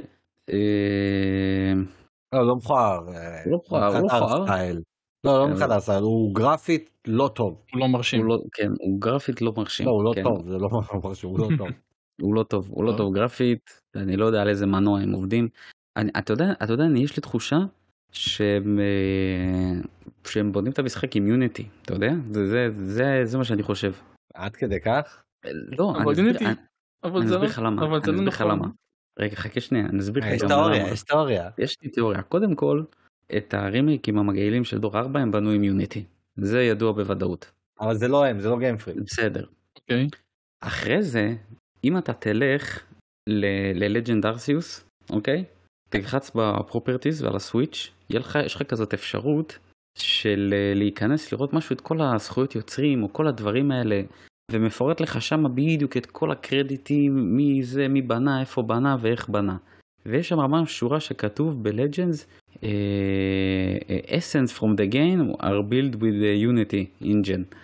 לא מכוער. לא מכוער. לא מחדש סטייל, הוא גרפית לא טוב. הוא לא מרשים. כן, הוא גרפית לא מרשים. לא, הוא לא טוב, זה לא מרשים, הוא לא טוב. הוא לא טוב גרפית, אני לא יודע על איזה מנוע הם עובדים. אתה יודע, יש לי תחושה שהם בונים את המשחק עם יוניטי, אתה יודע? זה מה שאני חושב. עד כדי כך? לא, אבל זה לא נכון. רגע, חכה שנייה, אני אסביר לך. יש תיאוריה. יש לי תיאוריה. קודם כל, את הרימיקים המגעילים של דור 4 הם בנו עם יוניטי. זה ידוע בוודאות. אבל זה לא הם, זה לא גיימפרי. בסדר. אוקיי. אחרי זה, אם אתה תלך ללג'נד ארסיוס, אוקיי? תלחץ בפרופרטיז ועל הסוויץ', יש לך כזאת אפשרות של להיכנס לראות משהו, את כל הזכויות יוצרים או כל הדברים האלה, ומפורט לך שם בדיוק את כל הקרדיטים, מי בנה, איפה בנה ואיך בנה. ויש שם ממש שורה שכתוב בלג'נדס, essence from the game are built with the Unity engine.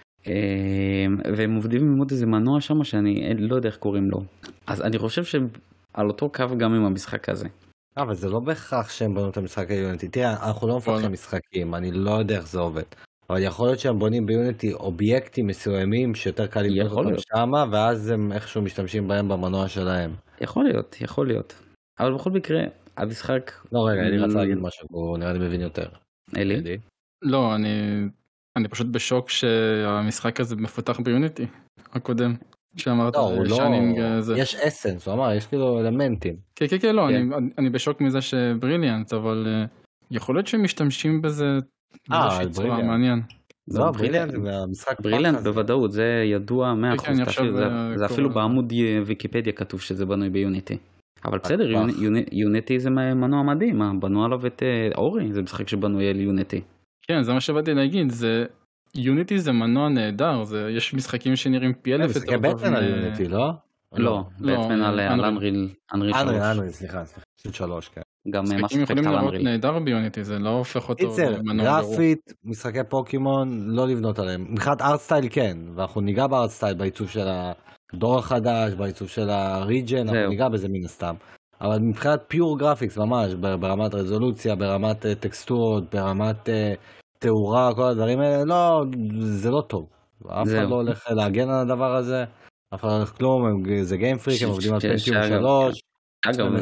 והם עובדים ללמוד איזה מנוע שם שאני לא יודע איך קוראים לו. אז אני חושב שהם על אותו קו גם עם המשחק הזה. אבל זה לא בהכרח שהם בנו את המשחק היוניטי. תראה, אנחנו לא מפתחים משחקים, אני לא יודע איך זה עובד. אבל יכול להיות שהם בונים ביוניטי אובייקטים מסוימים שיותר קל לבנות אותם שמה, ואז הם איכשהו משתמשים בהם במנוע שלהם. יכול להיות. אבל בכל מקרה, המשחק... לא רגע, אלי רצה להגיד משהו, הוא נראה לי מבין יותר. אלי? לא, אני פשוט בשוק שהמשחק הזה מפותח ביוניטי הקודם. שאמרת שיינינג זה. יש אסנס, הוא אמר, יש כאילו אלמנטים. כן, לא, אני בשוק מזה שבריליאנט, אבל יכול להיות שהם משתמשים בזה באיזושהי צורה, מעניין. לא, בריליאנט זה המשחק. בריליאנט בוודאות, זה ידוע 100%. זה אפילו בעמוד ויקיפדיה כתוב שזה בנוי ביוניטי. אבל בסדר, יוניטי זה מנוע מדהים, בנו עליו את אורי, זה משחק שבנוי על יוניטי. כן, זה מה שבאתי להגיד, יוניטי זה מנוע נהדר, יש משחקים שנראים פי אלף יותר טוב. משחקי בטמן על יוניטי, לא? לא, בטמן על אנריל 3. סליחה, 3, כן. גם משחקים יכולים לראות נהדר ביוניטי, זה לא הופך אותו למנוע גרוע. גרפית, משחקי פוקימון, לא לבנות עליהם. מבחינת ארט סטייל כן, ואנחנו ניגע בארט סטייל בעיצוב של הדור החדש, בעיצוב של הריג'ן, אנחנו ניגע בזה מן הסתם. אבל מבחינת פיור גרפיקס ממש, ברמת רזולוציה, ברמת טקסטורות, ברמת תאורה, כל הדברים האלה, לא, זה לא טוב. אף אחד לא הולך להגן על הדבר הזה, אף אחד לא הולך כלום, זה גיימפריק, הם עובדים על פנטיום 3. אגב,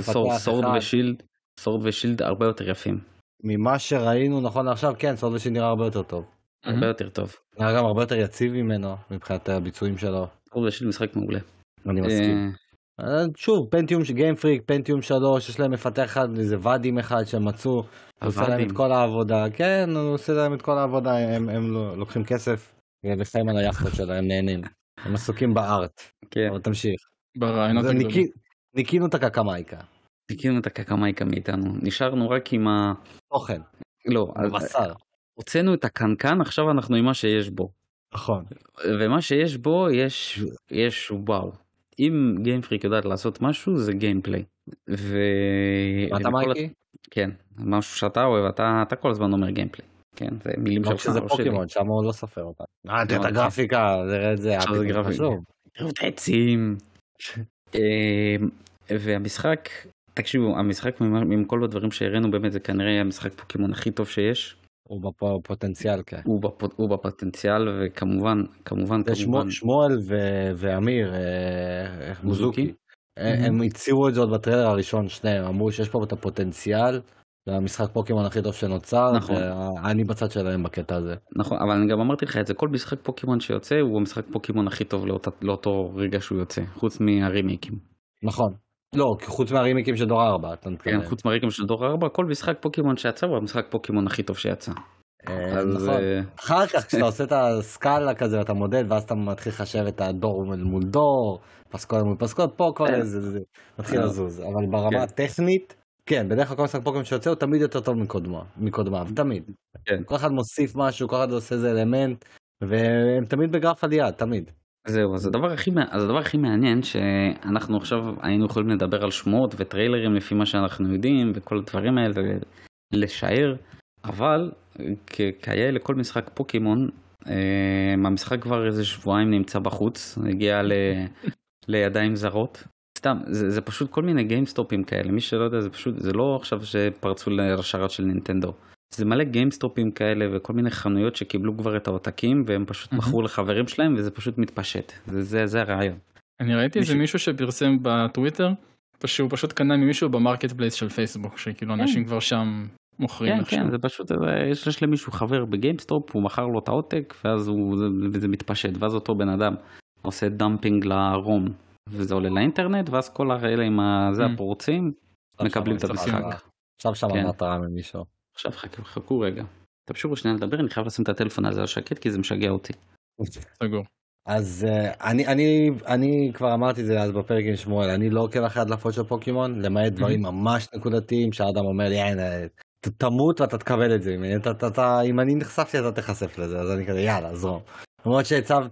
סורד ושילד הרבה יותר יפים. ממה שראינו נכון עכשיו, כן, סורד ושילד נראה הרבה יותר טוב. הרבה יותר טוב. נראה גם הרבה יותר יציב ממנו, מבחינת הביצועים שלו. סורד ושילד משחק מעולה. אני מסכים. שוב, פנטיום גיימפריק, פנטיום 3, יש להם מפתח אחד, איזה ודים אחד שהם מצאו, הוא עושה להם את כל העבודה, כן, הוא עושה להם את כל העבודה, הם לוקחים כסף, וחיים על היחד שלהם, נהנים, הם עסוקים בארט, אבל תמשיך. ברעיונות הגדולים. ניקינו את הקקמייקה. ניקינו את הקקמייקה מאיתנו, נשארנו רק עם תוכן. לא, בשר. הוצאנו את הקנקן, עכשיו אנחנו עם מה שיש בו. נכון. ומה שיש בו, יש וואו. אם גיימפריק יודעת לעשות משהו, זה גיימפליי. ואתה מייקי? כן, משהו שאתה אוהב, אתה כל הזמן אומר גיימפליי. כן, זה מילים שלך. לא כשזה פוקימון, שם הוא לא סופר אותה. תראה את הגרפיקה, תראה את זה. עכשיו זה גרפיקה. תראו את העצים. והמשחק, תקשיבו, המשחק עם כל הדברים שהראינו, באמת זה כנראה המשחק פוקימון הכי טוב שיש. הוא בפוטנציאל, כן. הוא בפוטנציאל, וכמובן, שמואל ואמיר, מוזוקי, הם הציעו את זה עוד בטריילר הראשון, שניהם, אמרו שיש פה את הפוטנציאל, והמשחק פוקימון הכי טוב שנוצר, ואני בצד שלהם בקטע הזה. נכון, אבל אני גם אמרתי לך את זה, כל משחק פוקימון שיוצא, הוא המשחק פוקימון הכי טוב לאותו רגע שהוא יוצא, חוץ מהרימיקים. נכון. לא, חוץ מהרימיקים של דור 4. כן, חוץ מהרימיקים של דור 4, כל משחק פוקימון שיצא הוא המשחק פוקימון הכי טוב שיצא. נכון. אחר כך כשאתה עושה את הסקאלה כזה ואתה מודד ואז אתה מתחיל לחשב את הדור מול דור, פסקול מול פסקול, פה כבר זה מתחיל לזוז. אבל ברמה הטכנית, כן, בדרך כלל כל משחק פוקימון שיוצא הוא תמיד יותר טוב מקודמיו, תמיד. כל אחד מוסיף משהו, כל אחד עושה איזה אלמנט, והם תמיד בגרף עלייה, תמיד. זהו, אז הדבר הכי מעניין שאנחנו עכשיו היינו יכולים לדבר על שמועות וטריילרים לפי מה שאנחנו יודעים וכל הדברים האלה לשער, אבל כהיה לכל משחק פוקימון, המשחק כבר איזה שבועיים נמצא בחוץ, הגיע לידיים זרות. סתם, זה פשוט כל מיני גיימסטופים כאלה, מי שלא יודע, זה לא עכשיו שפרצו לשרת של נינטנדו. זה מלא גיימסטופים כאלה וכל מיני חנויות שקיבלו כבר את העותקים והם פשוט מכרו לחברים שלהם וזה פשוט מתפשט. זה הרעיון. אני ראיתי איזה מישהו שפרסם בטוויטר, שהוא פשוט קנה ממישהו במרקט פלייס של פייסבוק, שכאילו אנשים כבר שם מוכרים עכשיו. כן, זה פשוט, יש למישהו חבר בגיימסטופ, הוא מכר לו את העותק ואז זה מתפשט, ואז אותו בן אדם עושה דמפינג לרום וזה עולה לאינטרנט, ואז כל האלה עם הפורצים מקבלים את המשחק. עכשיו שם המטרה ממישהו. עכשיו חכו רגע. תמשיכו שנייה לדבר, אני חייב לשים את הטלפון הזה על שקט, כי זה משגע אותי. סגור. אז אני כבר אמרתי זה אז בפרק עם שמואל, אני לא עוקב אחרי הדלפות של פוקימון, למעט דברים ממש נקודתיים, שהאדם אומר לי, תמות ואתה תקבל את זה, אם אני נחשפתי אתה תחשף לזה, אז אני כזה יאללה, זרום. למרות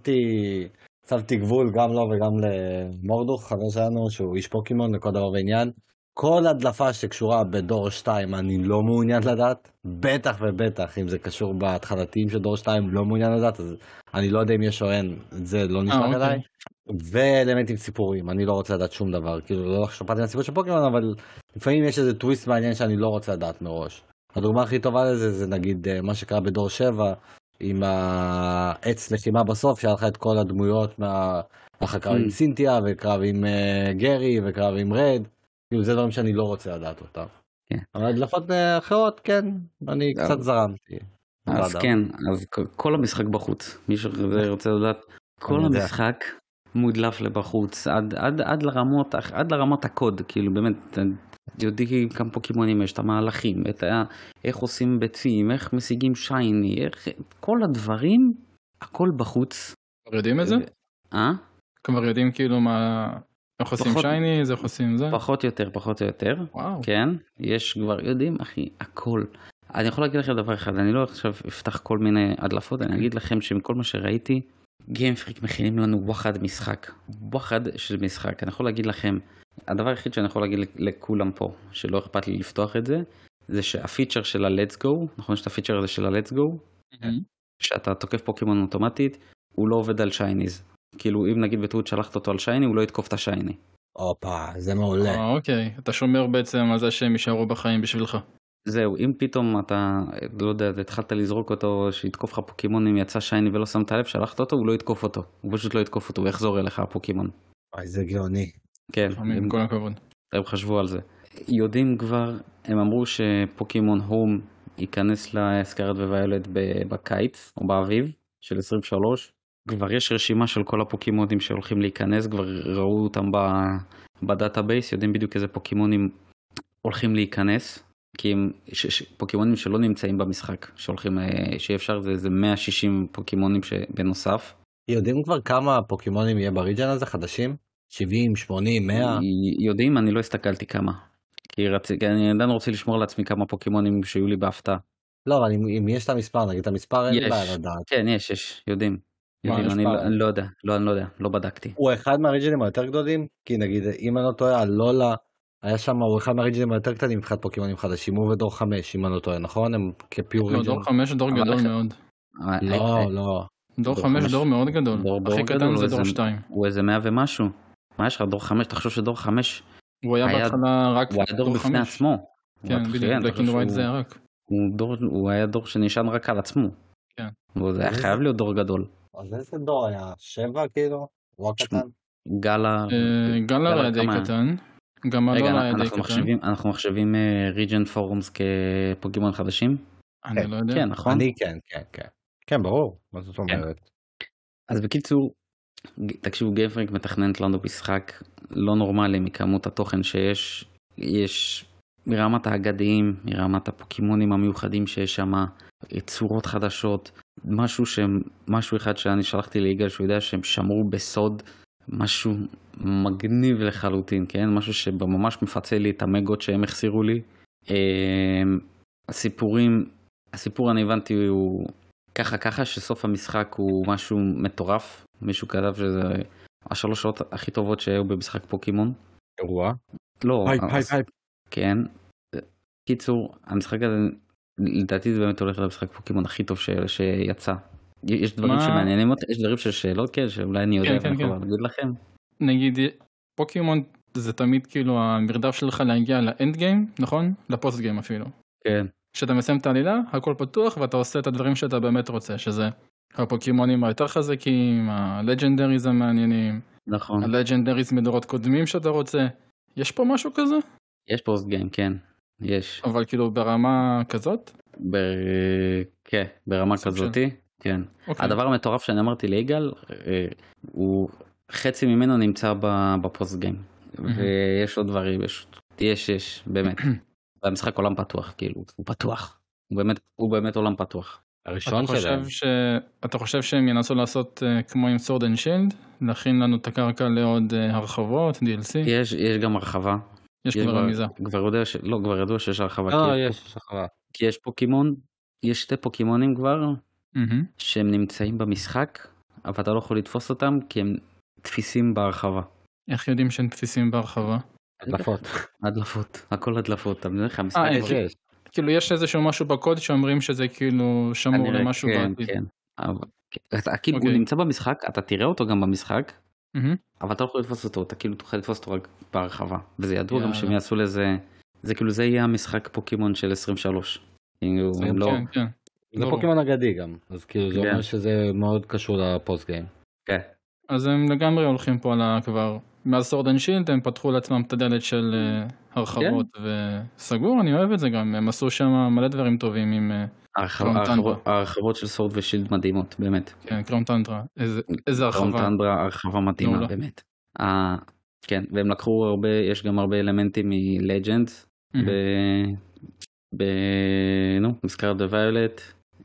שהצבתי גבול גם לו וגם למורדוך, חבר שלנו, שהוא איש פוקימון לכל דבר ועניין. כל הדלפה שקשורה בדור 2 אני לא מעוניין לדעת, בטח ובטח אם זה קשור בהתחלתיים של דור 2 לא מעוניין לדעת, אז אני לא יודע אם יש או אין, זה לא נשלח אליי. ואלמנטים סיפורים, אני לא רוצה לדעת שום דבר, כאילו לא שפעתי על סיפור של פוקימון, אבל לפעמים יש איזה טוויסט מעניין שאני לא רוצה לדעת מראש. הדוגמה הכי טובה לזה זה נגיד מה שקרה בדור 7, עם העץ לחימה בסוף, שהיה לך את כל הדמויות מהחקרב עם סינתיה, וקרב עם גרי, וקרב עם רד, כאילו זה דברים שאני לא רוצה לדעת אותם. אבל הדלפות אחרות, כן, אני קצת זרמתי. אז כן, אז כל המשחק בחוץ, מי שרוצה לדעת, כל המשחק מודלף לבחוץ, עד לרמות הקוד, כאילו באמת, יודעים כמה פוקימונים יש, את המהלכים, איך עושים ביצים, איך משיגים שייני, כל הדברים, הכל בחוץ. כבר יודעים את זה? כבר יודעים כאילו מה... איך עושים שייני, איך עושים זה? פחות או יותר, כן, יש כבר יודעים, אחי, הכל. אני יכול להגיד לכם דבר אחד, אני לא עכשיו אפתח כל מיני הדלפות, אני אגיד לכם שמכל מה שראיתי, גיימפריק מכינים לנו וואחד משחק, וואחד של משחק. אני יכול להגיד לכם, הדבר היחיד שאני יכול להגיד לכולם פה, שלא אכפת לי לפתוח את זה, זה שהפיצ'ר של ה-Let's Go, נכון שאת הפיצ'ר הזה של ה-Let's Go, שאתה תוקף פוקימון אוטומטית, הוא לא עובד על שייניז. כאילו אם נגיד בטעות שלחת אותו על שייני, הוא לא יתקוף את השייני. אופה, זה מעולה. אוקיי, אתה שומר בעצם על זה שהם יישארו בחיים בשבילך. זהו, אם פתאום אתה, לא יודע, התחלת לזרוק אותו, שיתקוף לך פוקימון אם יצא שייני ולא שמת לב, שלחת אותו, הוא לא יתקוף אותו. הוא פשוט לא יתקוף אותו, הוא יחזור אליך הפוקימון. זה גאוני. כן. עם כל הכבוד. הם חשבו על זה. יודעים כבר, הם אמרו שפוקימון הום ייכנס לסקארט וויולט בקיץ, או באביב, של 23. כבר יש רשימה של כל הפוקימונים שהולכים להיכנס, כבר ראו אותם בדאטאבייס, יודעים בדיוק איזה פוקימונים הולכים להיכנס, כי הם פוקימונים שלא נמצאים במשחק, שיהיה אפשר, זה 160 פוקימונים בנוסף. יודעים כבר כמה פוקימונים יהיה בריג'ן הזה חדשים? 70, 80, 100? יודעים, אני לא הסתכלתי כמה. כי אני עדיין רוצה לשמור לעצמי כמה פוקימונים שיהיו לי בהפתעה. לא, אבל אם יש את המספר, נגיד את המספר אין לי בעיה לדעת. כן, יש, יודעים. אני לא יודע, לא בדקתי. הוא אחד מהריג'ינים היותר גדולים? כי נגיד, אם אני לא טועה, הלולה היה שם, הוא אחד מהריג'ינים היותר קטנים מבחינת פוקימונים חדשים, הוא ודור 5, אם אני לא טועה, נכון? הם כפיור ריג'ין. דור 5 דור גדול מאוד. לא. דור 5 דור מאוד גדול. הכי קטן זה דור 2. הוא איזה 100 ומשהו. מה יש לך, דור 5? תחשוב שדור 5 הוא היה בהתחלה רק הוא היה דור בפני עצמו. כן, בדיוק, בלק אנד ווייט זה היה רק. הוא היה דור שנשען רק על עצמו. כן. וזה היה חייב להיות דור גדול. אז איזה דור היה? 7 כאילו? הוא הקטן? גלה היה די קטן. גם הלולה היה די קטן. אנחנו מחשבים ריג'ן פורומס כפוקימון חדשים? אני לא יודע. כן, נכון? אני כן. כן, ברור. מה זאת אומרת? אז בקיצור, תקשיבו, גיימפרינק מתכננת לנו משחק לא נורמלי מכמות התוכן שיש. יש מרמת האגדיים, מרמת הפוקימונים המיוחדים שיש שם, צורות חדשות, משהו אחד שאני שלחתי ליגאל שהוא יודע שהם שמרו בסוד, משהו מגניב לחלוטין, כן? משהו שממש מפצה לי את המגות שהם החסירו לי. הסיפור אני הבנתי הוא ככה שסוף המשחק הוא משהו מטורף. מישהו כתב שזה 3 שעות הכי טובות שהיו במשחק פוקימון. אירוע? לא. הייפ. כן. קיצור, המשחק הזה לדעתי זה באמת הולך לבמשחק פוקימון הכי טוב שיצא. יש דברים שמעניינים אותי, יש דברים של שאלות כן, שאולי אני יודע ואני יכול להגיד לכם. נגיד פוקימון זה תמיד כאילו המרדף שלך להגיע לאנד גיים, נכון? לפוסט גיים אפילו. כן. כשאתה מסיים את העלילה, הכל פתוח ואתה עושה את הדברים שאתה באמת רוצה, שזה הפוקימונים היותר חזקים, הלג'נדריז המעניינים, נכון. הלג'נדריז מדורות קודמים שאתה רוצה. יש פה משהו כזה? יש פוסט גיים, כן. יש. אבל כאילו ברמה כזאת? כן, ברמה כזאתי, כן. הדבר המטורף שאני אמרתי ליגאל, הוא חצי ממנו נמצא בפוסט גיים. ויש עוד דברים, יש, באמת. והמשחק עולם פתוח, כאילו, הוא פתוח. הוא באמת עולם פתוח. הראשון שלהם. אתה חושב שהם ינסו לעשות כמו עם סורד אנד שילד? להכין לנו את הקרקע לעוד הרחבות, DLC? יש גם הרחבה. יש כבר רמיזה. כבר ידוע שיש הרחבה. יש הרחבה. כי יש פוקימון, יש 2 פוקימונים כבר, שהם נמצאים במשחק, אבל אתה לא יכול לתפוס אותם, כי הם תפיסים בהרחבה. איך יודעים שהם תפיסים בהרחבה? הדלפות, הכל הדלפות. כאילו יש איזשהו משהו בקוד שאומרים שזה כאילו שמור למשהו בעתיד. כן, כאילו הוא נמצא במשחק, אתה תראה אותו גם במשחק, אבל אתה לא יכול לתפוס אותו, אתה כאילו תוכל לתפוס אותו רק בהרחבה. וזה ידוע גם שהם יעשו לזה, זה כאילו זה יהיה המשחק פוקימון של 23. כן. זה פוקימון אגדי גם, אז כאילו זה אומר שזה מאוד קשור לפוסט גיים. כן. אז הם לגמרי הולכים פה על כבר, מאז סורד אנד שילד הם פתחו לעצמם את הדלת של הרחבות וסגור, אני אוהב את זה גם, הם עשו שם מלא דברים טובים עם הרחבות של סורד ושילד מדהימות, באמת. כן, קראון טנדרה, איזה הרחבה. קראון טנדרה, הרחבה מדהימה, באמת. כן, והם לקחו הרבה, יש גם הרבה אלמנטים מלג'נד, מסקארד וויולט,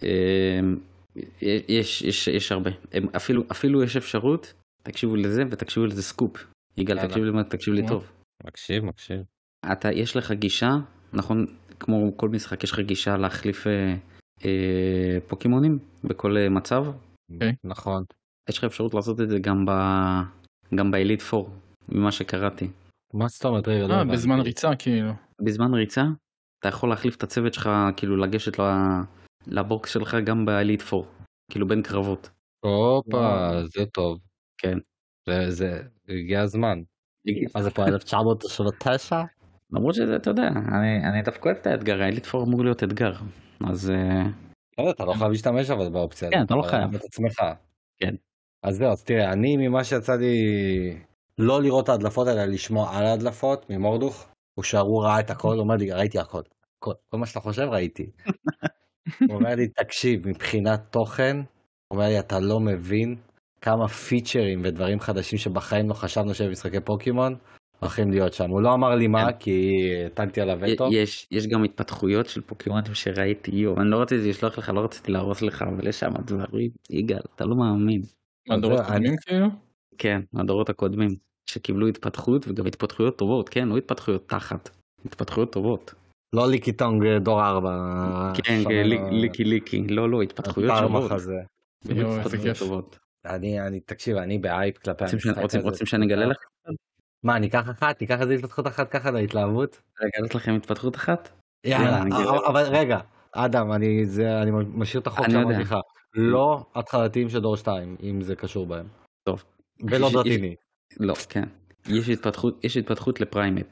יש הרבה, אפילו יש אפשרות, תקשיבו לזה ותקשיבו לזה סקופ, יגאל תקשיב לי טוב. מקשיב. יש לך גישה, נכון, כמו כל משחק יש לך גישה להחליף פוקימונים בכל מצב. נכון. יש לך אפשרות לעשות את זה גם באליט 4, ממה שקראתי. מה זאת אומרת? רגע, בזמן ריצה כאילו. בזמן ריצה, אתה יכול להחליף את הצוות שלך, כאילו לגשת לבוקס שלך גם באליט 4, כאילו בין קרבות. אופה, זה טוב. כן. זה הגיע הזמן. מה זה פה 1999? למרות שזה, אתה יודע, אני דווקא אוהב את האתגר, האליט 4 אמור להיות אתגר. אז אתה לא חייב להשתמש אבל באופציה. כן, אתה לא חייב. את עצמך. כן. אז זהו, אז תראה, אני ממה שיצא לי לא לראות ההדלפות אלא לשמוע על ההדלפות ממורדוך, הוא שהוא ראה את הכל, הוא אומר לי, ראיתי הכל. כל מה שאתה חושב ראיתי. הוא אומר לי, תקשיב, מבחינת תוכן, הוא אומר לי, אתה לא מבין כמה פיצ'רים ודברים חדשים שבחיים לא חשבנו שהם משחקי פוקימון, הולכים להיות שם. הוא לא אמר לי מה, כי טלתי עליו וטו. יש גם התפתחויות של פוקימונים שראיתי, אני לא רציתי לשלוח לך, לא רציתי להרוס לך, אבל יש שם דברים, יגאל, אתה לא מאמין. הדורות הקודמים כאילו? כן, הדורות הקודמים. שקיבלו התפתחות, וגם התפתחויות טובות, כן, לא התפתחויות תחת, התפתחויות טובות. לא ליקי טונג דור 4. כן, ליקי, לא, התפתחויות טובות. תקשיב, אני באייפ כלפי המשחק הזה. רוצים שאני אגלה לך? מה, ניקח איזה התפתחות אחת ככה להתלהבות? לגלות לכם התפתחות אחת? יאללה, אבל רגע, אדם, אני משאיר את החוק שאמרתי לך. לא התחלתיים של דור 2, אם זה קשור בהם. טוב. ולא דרטיני. לא, כן. יש התפתחות לפריימאפ.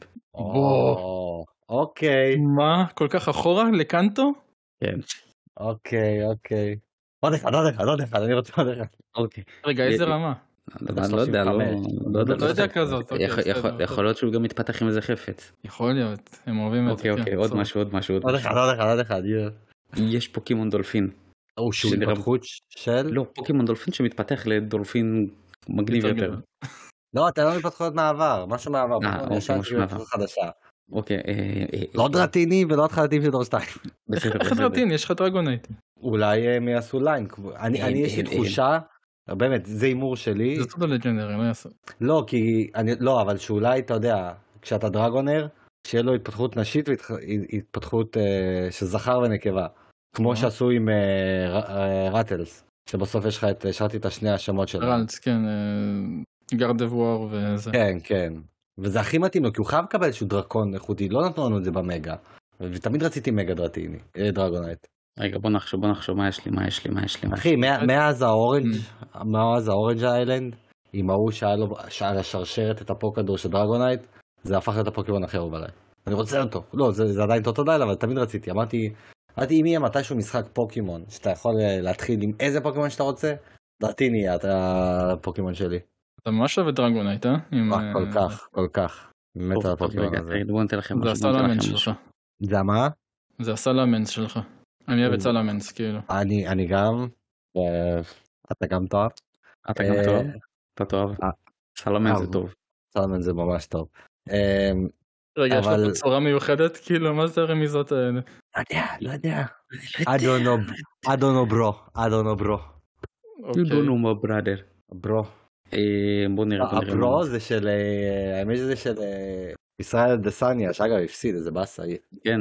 אוקיי. מה? כל כך אחורה? לקנטו? כן. אוקיי. עוד אחד, אני רוצה עוד אחד. אוקיי. רגע, איזה רמה? לא יודע, לא יודע כזאת. יכול להיות שהוא גם מתפתח עם איזה חפץ. יכול להיות, הם אוהבים את זה. אוקיי, עוד משהו. עוד אחד. יש פוקימון דולפין. שהוא התפתחות של? לא, פוקימון דולפין שמתפתח לדולפין מגניב יותר. לא, אתה לא מתפתחויות מעבר, משהו מעבר. משהו מעבר. חדשה. אוקיי. לא דרטיני ולא התחלתיים של דור 2. איך דרטיני? יש לך דרגונייט. אולי הם יעשו ליין. יש לי תחושה, באמת, זה הימור שלי. זה אותו לג'נדרי, לא יעשו. לא, אבל שאולי, אתה יודע, כשאתה דרגונר, שיהיה לו התפתחות נשית והתפתחות של זכר ונקבה. כמו שעשו עם רטלס, שבסוף יש לך שרתי את השני השמות שלו. רלץ, כן, גרדבואר וזה. כן. וזה הכי מתאים לו, כי הוא חייב לקבל איזשהו דרקון איכותי, לא נתנו לנו את זה במגה. ותמיד רציתי מגה דרגונייט. רגע, בוא נחשוב מה יש לי. אחי, מאז האורנג' איילנד, עם ההוא שהיה לשרשרת את הפוקדור של דרגונייט, זה הפך להיות הפוקימון הכי אהוב עליי. אני רוצה אותו. לא, זה עדיין אותו לילה, אבל תמיד רציתי. אמרתי, אם יהיה מתישהו משחק פוקימון, שאתה יכול להתחיל עם איזה פוקימון שאתה רוצה, דרטיני יהיה הפוקימון שלי. אתה ממש אוהב את דרגונייט, אה? כל כך. באמת על הפוקימון הזה. זה הסלאמנס שלך. זה מה? זה הסלאמנס שלך. אני אוהב את סלאמנס, כאילו. אני גם, אתה גם תואב. אתה תואב. סלאמנס זה טוב. סלאמנס זה ממש טוב. רגע, יש לך צורה מיוחדת? כאילו, מה זה הרמיזות האלה? לא יודע. I don't know bro. You don't know my brother. ברו. בוא נראה. הברו זה של, האמת שזה של ישראל דסניה, שאגב הפסיד, איזה באסה. כן,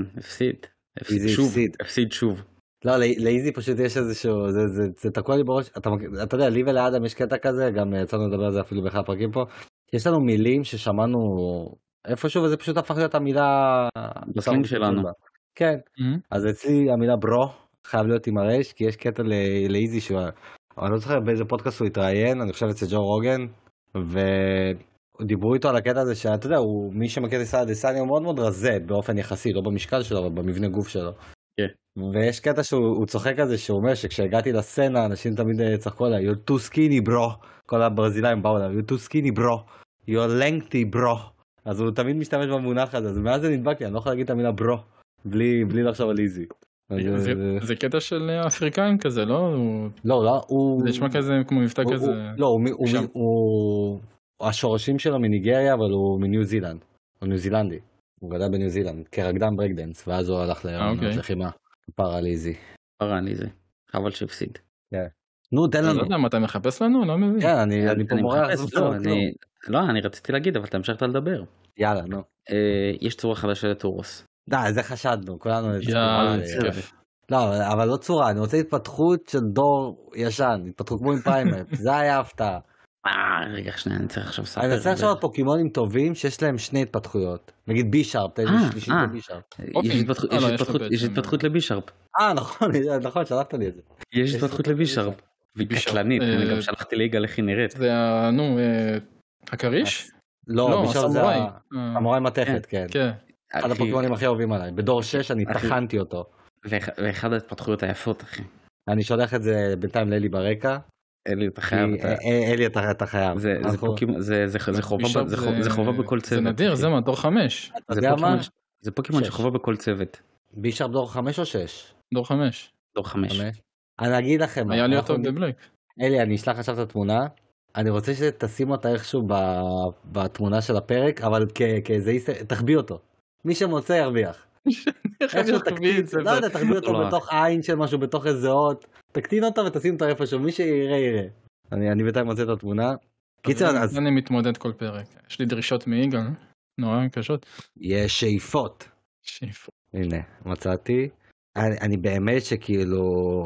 הפסיד שוב. לא, לאיזי פשוט יש איזשהו, זה תקוע לי בראש, אתה יודע, לי ולאדם יש קטע כזה, גם יצאנו לדבר על זה אפילו באחד הפרקים פה, יש לנו מילים ששמענו איפשהו, וזה פשוט הפך להיות המילה בסלנג שלנו. כן, אז אצלי המילה ברו חייב להיות עם הרש, כי יש קטע לאיזי שהוא, אני לא זוכר באיזה פודקאסט הוא התראיין, אני חושב אצל ג'ו רוגן, ודיברו איתו על הקטע הזה שאתה יודע, מי שמכיר את ישראל דסניה הוא מאוד מאוד רזה באופן יחסי, לא במשקל שלו, אבל במבנה גוף שלו. ויש קטע שהוא צוחק על זה, שהוא אומר שכשהגעתי לסצנה, אנשים תמיד צחקו עליי, you're too skinny bro, כל הברזילאים באו אליו, you're too skinny bro, you're lengthy bro, אז הוא תמיד משתמש במונח הזה, אז מאז זה נדבק לי, אני לא יכול להגיד את המילה ברו, בלי לחשוב על איזי. זה קטע של אפריקאים כזה, לא? לא, זה נשמע כזה כמו מבטא כזה. לא, השורשים שלו מניגריה, אבל הוא מניו זילנד, הוא ניו זילנדי, הוא גדל בניו זילנד, כרקדן ברקדנס, ואז הוא הלך לחימה. פרליזי. חבל שהפסיד. נו, תן לנו. לא יודע מה אתה מחפש לנו? לא מבין. כן, אני פה מורח. לא, אני רציתי להגיד, אבל אתה המשכת לדבר. יאללה, נו. יש צורה חדשה לטורוס. זה חשדנו, כולנו. לא, אבל לא צורה, אני רוצה התפתחות של דור ישן, התפתחות כמו עם פריימאפ, זה היה הפתעה. רגע, שנייה, אני צריך עכשיו לספר. אני צריך עכשיו פוקימונים טובים שיש להם שני התפתחויות. נגיד בישארפ, תן לי שלישית לבישארפ. יש התפתחות לבישארפ. נכון, שלחת לי את זה. יש התפתחות לבישארפ. והיא קטלנית, אני גם שלחתי ליגה איך היא נראית. זה, הקריש? לא, בישארפ זה המוראי מתכת, כן. אחד הפוקימונים הכי אוהבים עליי. בדור 6 אני תחנתי אותו. ואחד ההתפתחויות היפות, אחי. אני שולח את זה בינתיים לאלי ברקע. אלי, אתה חייב. אלי, אתה חייב. זה חובה בכל צוות. זה נדיר, זה מה, דור 5. זה פוקימון שחובה בכל צוות. בישארפ דור 5 או 6? דור 5. דור 5. אני אגיד לכם. היה לי אותו בבלק. אלי, אני אשלח עכשיו את התמונה. אני רוצה שתשים אותה איכשהו בתמונה של הפרק, אבל כאיזה תחביא אותו. מי שמוצא ירוויח. איכשהו תקטין, לא יודע, תחביא אותו בתוך עין של משהו, בתוך איזה אות. תקטין אותו ותשים אותו איפשהו, מי שיראה יראה. אני בינתיים מוצא את התמונה. קיצר, אז אני מתמודד כל פרק. יש לי דרישות מיגאל, נורא קשות. יש שאיפות. שאיפות. הנה, מצאתי. אני באמת שכאילו,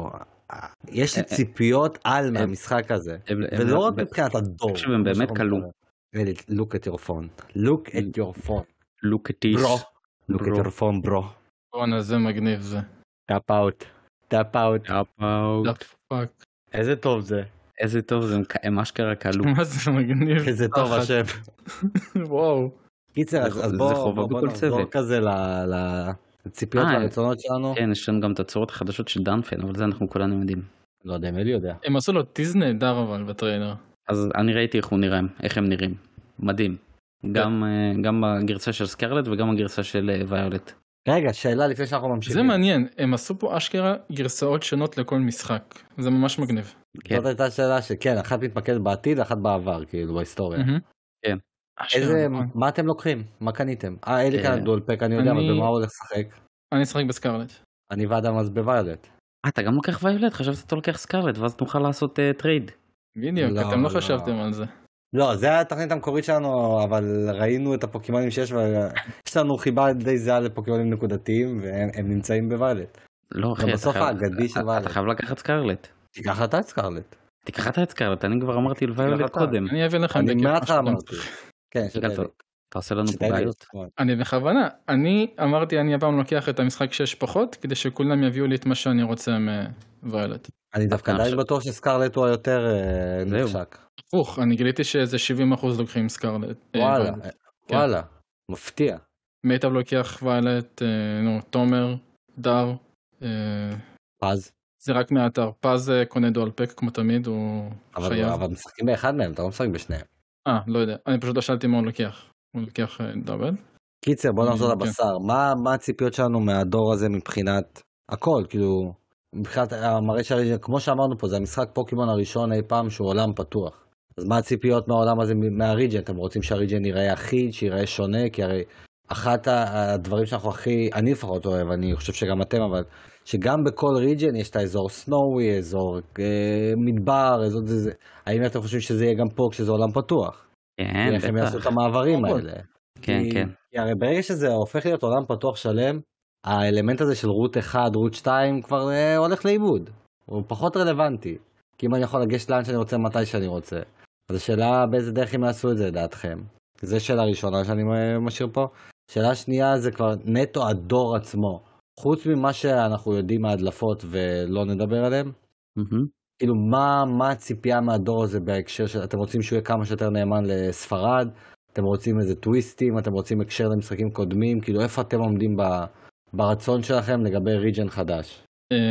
יש לי ציפיות על מהמשחק הזה. ולא רק מבחינת הדור. הם באמת קלו. Look at your phone. Look at your phone. Look at this. Bro. Look at your phone, bro. בואנה, זה מגניב זה. Tap out. Tap out. פאק. איזה טוב זה. איזה טוב זה, הם אשכרה קלו. מה זה מגניב. איזה טוב השם. וואו. קיצר, אז בוא נחזור כזה לציפיות והרצונות שלנו. כן, יש לנו גם את הצורות החדשות של דנפן, אבל זה אנחנו כולנו יודעים. לא יודע, מי יודע. הם עשו לו טיז נהדר אבל בטריילר. אז אני ראיתי איך הם נראים. מדהים. גם בגרסה של סקרלט וגם בגרסה של ויולט. רגע, שאלה לפני שאנחנו ממשיכים. זה מעניין, הם עשו פה אשכרה גרסאות שונות לכל משחק. זה ממש מגניב. זאת הייתה שאלה שכן, אחת מתמקדת בעתיד, אחת בעבר, כאילו, בהיסטוריה. כן. מה אתם לוקחים? מה קניתם? אלי כאן דולפק, אני יודע, אבל במה הוא הולך לשחק? אני אשחק בסקרלט. אני ואדם אז בוויולט. אתה גם לוקח ויולט? חשבת שאתה לוקח סקרלט, ואז נוכל לעשות טרייד. בדיוק, אתם לא חשבתם על זה. לא, זה התכנית המקורית שלנו, אבל ראינו את הפוקימונים שיש, ויש לנו חיבה די זהה לפוקימונים נקודתיים, והם נמצאים בוויולט. לא אחי, אתה חייב לקחת סקרלט. תיקח אתה את סקרלט. תיקח אתה את סקרלט, אני כבר אמרתי לוויולט קודם. אני אביא לך אני מהתחלה אמרתי. כן, אתה עושה לנו פה בעיות. אני בכוונה, אמרתי אני הפעם לוקח את המשחק 6 פחות, כדי שכולם יביאו לי את מה שאני רוצה מוויולט. אני דווקא עדיין בטוח שסקרלט הוא היותר נחשק. הפוך, אני גיליתי שזה 70% לוקחים סקרלט. וואלה, מפתיע. מיטב לוקח ויולט, תומר, דר. פז. זה רק מהאתר, פז קונה דואלפק כמו תמיד, הוא חייב. אבל משחקים באחד מהם, אתה לא משחק בשניהם. לא יודע, אני פשוט לא שאלתי מה הוא לוקח. הוא לוקח דאבל. קיצר, בוא נחזור לבשר. מה הציפיות שלנו מהדור הזה מבחינת הכל? כאילו, מבחינת המראה של הריג'ן, כמו שאמרנו פה, זה המשחק פוקימון הראשון אי פעם שהוא עולם פתוח. אז מה הציפיות מהעולם הזה מהריג'ן? אתם רוצים שהריג'ן ייראה אחיד, שיראה שונה? כי הרי אחת הדברים שאנחנו אני לפחות אוהב, אני חושב שגם אתם, אבל שגם בכל ריג'ן יש את האזור סנואי, אזור מדבר, האם אתם חושבים שזה יהיה גם פה כשזה עולם פתוח? כן, איך הם יעשו את המעברים האלה? כן, כן. כי הרי ברגע שזה הופך להיות עולם פתוח שלם, האלמנט הזה של רוט 1, רוט 2 כבר הולך לאיבוד. הוא פחות רלוונטי. כי אם אני יכול לגשת לאן שאני רוצה, מתי שאני רוצה. אז השאלה באיזה דרך הם יעשו את זה, לדעתכם. זו שאלה ראשונה שאני משאיר פה. שאלה שנייה זה כבר נטו הדור עצמו. חוץ ממה שאנחנו יודעים מהדלפות ולא נדבר עליהם. כאילו מה הציפייה מהדור הזה בהקשר של, אתם רוצים שהוא יהיה כמה שיותר נאמן לספרד? אתם רוצים איזה טוויסטים? אתם רוצים הקשר למשחקים קודמים? כאילו איפה אתם עומדים ברצון שלכם לגבי ריג'ן חדש?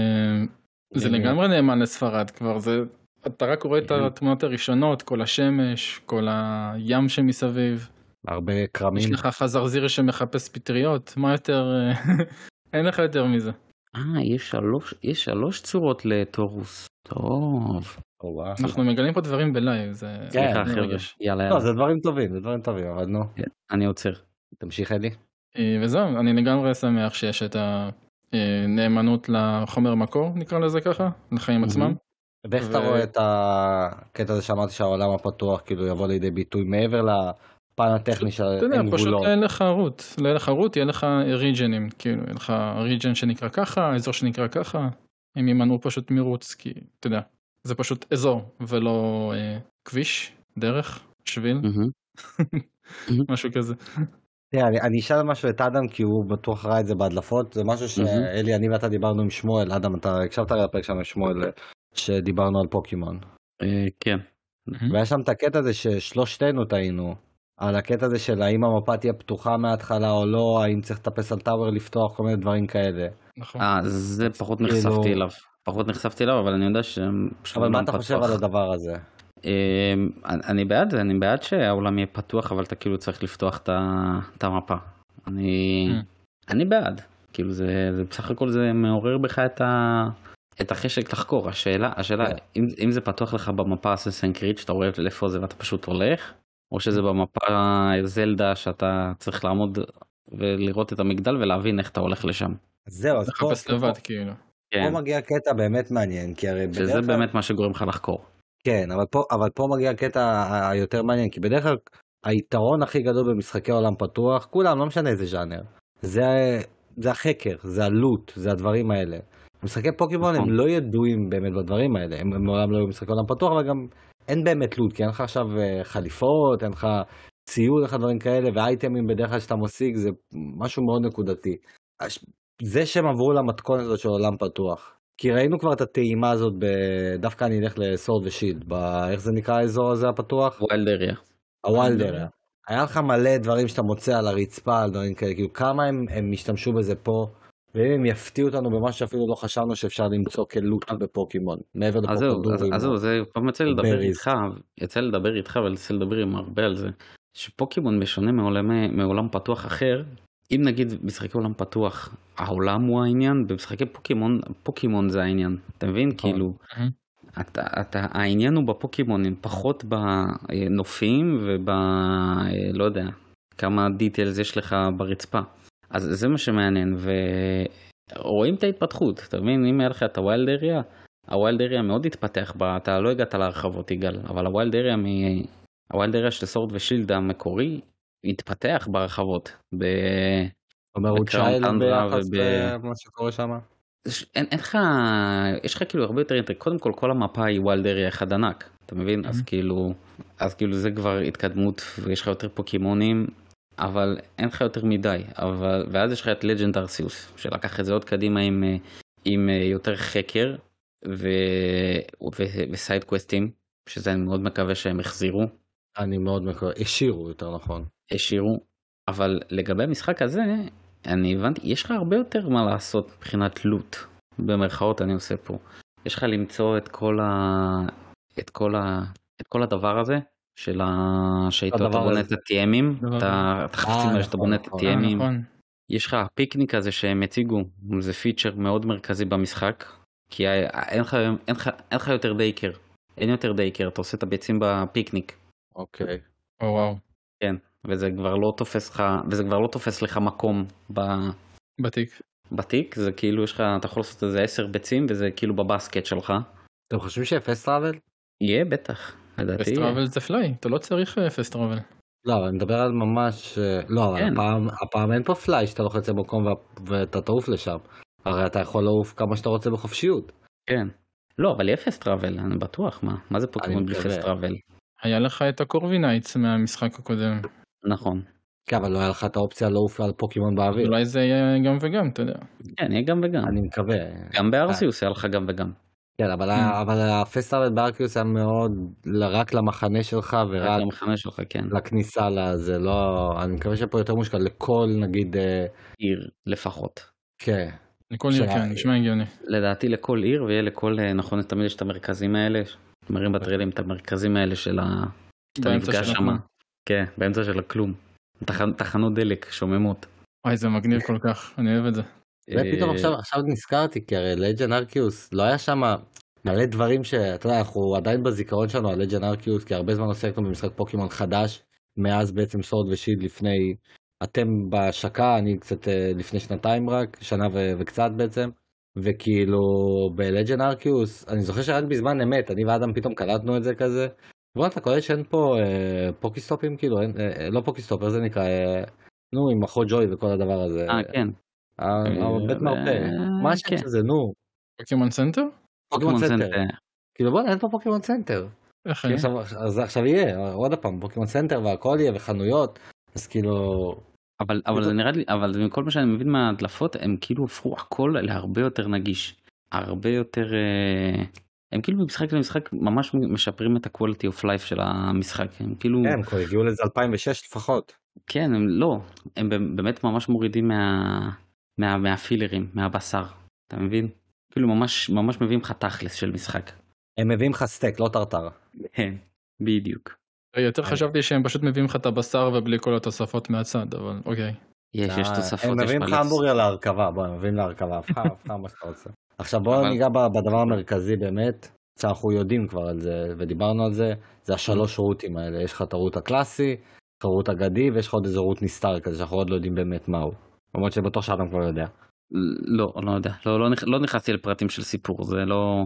זה לגמרי נאמן לספרד כבר, אתה רק רואה את התמונות הראשונות, כל השמש, כל הים שמסביב. הרבה קרמים. יש לך חזרזיר שמחפש פטריות, מה יותר, אין לך יותר מזה. יש 3 צורות לטורוס. טוב. אנחנו מגלים פה דברים בלייב, זה... סליחה חבר'ה, יאללה. לא, זה דברים טובים, אבל נו. אני עוצר. תמשיך אלי. וזהו, אני לגמרי שמח שיש את הנאמנות לחומר מקור, נקרא לזה ככה, לחיים עצמם. ואיך אתה רואה את הקטע הזה שאמרתי שהעולם הפתוח כאילו יבוא לידי ביטוי מעבר לפן הטכני של אין גבולות? פשוט יהיה לך רוט, יהיה לך ריג'נים, כאילו, יהיה לך ריג'ן שנקרא ככה, אזור שנקרא ככה, הם ימנעו פשוט מרוץ, כי אתה יודע, זה פשוט אזור ולא כביש, דרך, שביל, משהו כזה. אני אשאל משהו את אדם כי הוא בטוח ראה את זה בהדלפות, זה משהו שאלי, אני ואתה דיברנו עם שמואל, אדם אתה הקשבת לפרק שם עם שמואל שדיברנו על פוקימון. כן. והיה שם את הקטע הזה ששלושתנו טעינו, על הקטע הזה של האם המפה תהיה פתוחה מההתחלה או לא, האם צריך לטפס על טאוור לפתוח, כל מיני דברים כאלה. זה פחות נחשפתי אליו, אבל אני יודע שהם... אבל מה אתה חושב על הדבר הזה? אני בעד שהעולם יהיה פתוח, אבל אתה כאילו צריך לפתוח את המפה. אני בעד. כאילו זה בסך הכל זה מעורר בך את החשק לחקור. השאלה, אם זה פתוח לך במפה אסאסינס קריד, שאתה רואה לאיפה זה ואתה פשוט הולך, או שזה במפה זלדה שאתה צריך לעמוד ולראות את המגדל ולהבין איך אתה הולך לשם. זהו, אז לחפש לבד כאילו. פה מגיע קטע באמת מעניין, כי הרי שזה באמת מה שגורם לך לחקור. כן, אבל פה מגיע הקטע היותר מעניין, כי בדרך כלל היתרון הכי גדול במשחקי עולם פתוח, כולם, לא משנה איזה ז'אנר, זה החקר, זה הלוט, זה הדברים האלה. משחקי פוקימון הם לא ידועים באמת בדברים האלה, הם מעולם לא היו משחקי עולם פתוח, אבל גם אין באמת לוט, כי אין לך עכשיו חליפות, אין לך ציוד, אין לך דברים כאלה, ואייטמים בדרך כלל שאתה משיג זה משהו מאוד נקודתי. זה שהם עברו למתכון הזאת של עולם פתוח, כי ראינו כבר את הטעימה הזאת, דווקא אני אלך לסורד ושילד, איך זה נקרא האזור הזה הפתוח? ווילד אריה. הווילד אריה. היה לך מלא דברים שאתה מוצא על הרצפה, על דברים כאלה, כאילו כמה הם השתמשו בזה פה, ואם הם יפתיעו אותנו במה שאפילו לא חשבנו שאפשר למצוא כלוט בפוקימון, מעבר לפוקדורים. אז זהו, זה פעם יצא לדבר איתך ולצא לדבר עם הרבה על זה, שפוקימון משונה מעולם פתוח אחר. אם נגיד משחקי עולם פתוח, העולם הוא העניין, במשחקי פוקימון זה העניין, אתה מבין? כאילו, העניין הוא בפוקימון, הם פחות בנופים לא יודע, כמה דיטיילס יש לך ברצפה. אז זה מה שמעניין, ורואים את ההתפתחות, אתה מבין? אם היה לך את הווילד אריה מאוד התפתח, אתה לא הגעת להרחבות יגאל, אבל הווילד אריה של סורד ושילד המקורי, התפתח ברחבות. אומר הוא צ'יילד ביחס במה שקורה שם? יש לך כאילו הרבה יותר, קודם כל המפה היא ווילד אריה אחד ענק, אתה מבין? אז כאילו זה כבר התקדמות, ויש לך יותר פוקימונים, אבל אין לך יותר מדי, ואז יש לך את לג'נד ארסיוס, שלקח את זה עוד קדימה עם יותר חקר, וסייד קווסטים, שזה אני מאוד מקווה שהם החזירו. אני מאוד מקווה, השאירו יותר נכון. השאירו, אבל לגבי המשחק הזה, אני הבנתי, יש לך הרבה יותר מה לעשות מבחינת לוט, במרכאות אני עושה פה. יש לך למצוא את כל הדבר הזה, שאיתו אתה בונה את התיאמים, את החפצים האלה שאתה בונה את התיאמים. יש לך הפיקניק הזה שהם הציגו, זה פיצ'ר מאוד מרכזי במשחק, כי אין לך יותר דייקר, אין יותר דייקר, אתה עושה את הביצים בפיקניק. אוקיי. וואו. כן, וזה כבר לא תופס לך מקום בתיק, זה כאילו יש לך, אתה יכול לעשות איזה 10 ביצים, וזה כאילו בבסקט שלך. אתם חושבים שאפס טראבל? יהיה, בטח. אפס טראבל זה פליי, אתה לא צריך אפס טראבל. לא, אני מדבר על ממש, לא, אבל הפעם אין פה פליי שאתה לוחץ במקום ואתה תעוף לשם. הרי אתה יכול לעוף כמה שאתה רוצה בחופשיות. כן. לא, אבל אפס טראבל, אני בטוח, מה זה פוקימון בלי אפס טראבל? היה לך את הקורבינייטס מהמשחק הקודם. נכון. כן, אבל לא היה לך את האופציה לעוף על פוקימון באוויר. אולי זה יהיה גם וגם, אתה יודע. כן, יהיה גם וגם. אני מקווה. גם בארסיוס היה לך גם וגם. כן, אבל הפסטרל בארקיוס היה מאוד רק למחנה שלך ורק למחנה שלך, כן. לכניסה לזה, לא, אני מקווה שפה יותר מושקע לכל נגיד עיר לפחות. כן. לכל עיר, כן, נשמע הגיוני. לדעתי לכל עיר ויהיה לכל, נכון, תמיד יש את המרכזים האלה, מראים בטריילים את המרכזים האלה של שאתה נפגש שם. כן, באמצע של הכלום. תחנות דלק, שוממות. וואי, זה מגניב כל כך, אני אוהב את זה. ופתאום עכשיו נזכרתי, כי הרי לג'נד ארקיוס לא היה שם מלא דברים שאתה יודע, אנחנו עדיין בזיכרון שלנו על לג'נד ארקיוס, כי הרבה זמן עוסקנו במשחק פוקימון חדש, מאז בעצם סורד ושילד לפני, אתם בהשקה, אני קצת לפני שנתיים רק, שנה וקצת בעצם, וכאילו בלג'נד ארקיוס, אני זוכר שרק בזמן אמת, אני ואדם פתאום קלטנו את זה כזה, ובוא אתה קולט שאין פה פוקיסטופים, כאילו, לא פוקיסטופר, זה נקרא, עם אחות ג'וי וכל הדבר הזה. כן. בית מרפא, מה השם שזה, נו? פוקימון סנטר? פוקימון סנטר. כאילו בוא, אין פה פוקימון סנטר. איך? אז עכשיו יהיה, עוד הפעם, פוקימון סנטר והכל יהיה וחנויות, אז כאילו... אבל זה נראה לי, אבל מכל מה שאני מבין מהדלפות, הם כאילו הפכו הכל להרבה יותר נגיש. הרבה יותר... הם כאילו במשחק למשחק ממש משפרים את ה-quality of life של המשחק. הם כאילו... כן, הם כבר הגיעו לזה 2006 לפחות. כן, הם לא. הם באמת ממש מורידים מהפילרים, מהבשר. אתה מבין? כאילו ממש מביאים לך תכלס של משחק. הם מביאים לך סטייק, לא טרטר. כן, בדיוק. יותר חשבתי שהם פשוט מביאים לך את הבשר ובלי כל התוספות מהצד, אבל אוקיי. יש תוספות. הם מביאים לך המבורגר להרכבה, בוא, הם מביאים להרכבה, הפכה מה שאתה רוצה. עכשיו בואו ניגע בדבר המרכזי באמת, שאנחנו יודעים כבר על זה, ודיברנו על זה, זה השלוש רוטים האלה. יש לך את הרוט הקלאסי, את הרוט אגדי, ויש לך עוד איזה רוט נסתר כזה, שאנחנו עוד לא יודעים באמת מהו. למרות שבטוח שאדם כבר יודע. לא יודע. לא נכנסתי לפרטים של סיפור, זה לא...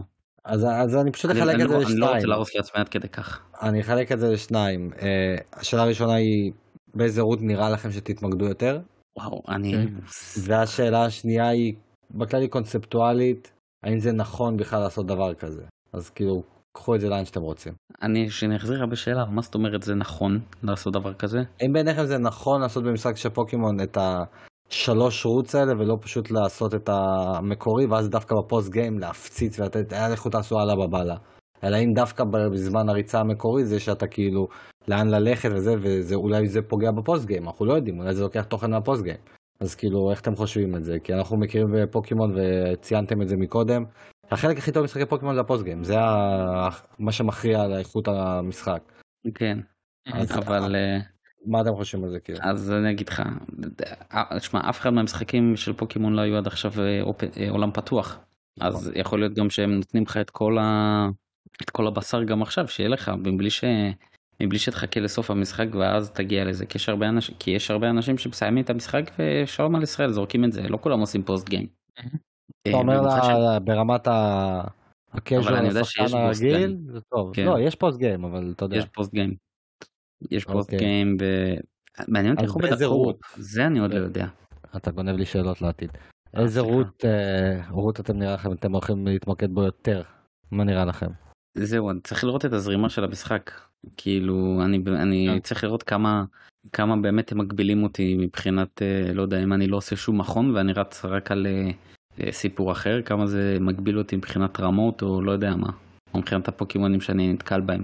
אז אני פשוט אחלק את זה לשניים. אני לא רוצה להרוס לעצמי עד כדי כך. אני אחלק את זה לשניים. השאלה הראשונה היא, באיזה רות נראה לכם שתתמקדו יותר? וואו, אני... והשאלה השנייה היא, בכללי קונספטואלית, האם זה נכון בכלל לעשות דבר כזה? אז כאילו, קחו את זה לאן שאתם רוצים. שאני אחזיר בשאלה, מה זאת אומרת זה נכון לעשות דבר כזה? האם בעיניכם זה נכון לעשות במשחק של פוקימון את השלוש רוץ האלה, ולא פשוט לעשות את המקורי, ואז דווקא בפוסט גיים להפציץ ולתת, לכו תעשו הלאה בבאללה. אלא אם דווקא בזמן הריצה המקורי זה שאתה כאילו לאן ללכת וזה אולי זה פוגע בפוסט גיים, אנחנו לא יודעים, אולי זה לוקח תוכן מהפוסט גיים. אז כאילו, איך אתם חושבים את זה? כי אנחנו מכירים בפוקימון וציינתם את זה מקודם. החלק הכי טוב במשחקי פוקימון זה הפוסט גיים, זה מה שמכריע על איכות המשחק. כן, אבל... מה אתם חושבים על זה כאילו? אז אני אגיד לך, תשמע, אף אחד מהמשחקים של פוקימון לא היו עד עכשיו עולם פתוח. אז יכול להיות גם שהם נותנים לך את כל הבשר גם עכשיו, שיהיה לך, מבלי שתחכה לסוף המשחק ואז תגיע לזה, כי יש הרבה אנשים שמסיימים את המשחק ושלום על ישראל, זורקים את זה, לא כולם עושים פוסט גיים. אתה אומר לה ברמת הקז'ואל השחקן הרגיל, זה טוב. לא, יש פוסט גיים, אבל אתה יודע. יש פוסט גיים. יש פוסט גיים, מעניין אותי איך הוא בדקו, זה אני עוד לא יודע. אתה גונב לי שאלות לעתיד. איזה רות אתם נראה לכם, אתם הולכים להתמקד בו יותר? מה נראה לכם? זהו, אני צריך לראות את הזרימה של המשחק. כאילו, אני צריך לראות כמה באמת הם מגבילים אותי מבחינת, לא יודע, אם אני לא עושה שום מכון ואני רץ רק על סיפור אחר, כמה זה מגביל אותי מבחינת רמות או לא יודע מה, או מבחינת הפוקימונים שאני נתקל בהם.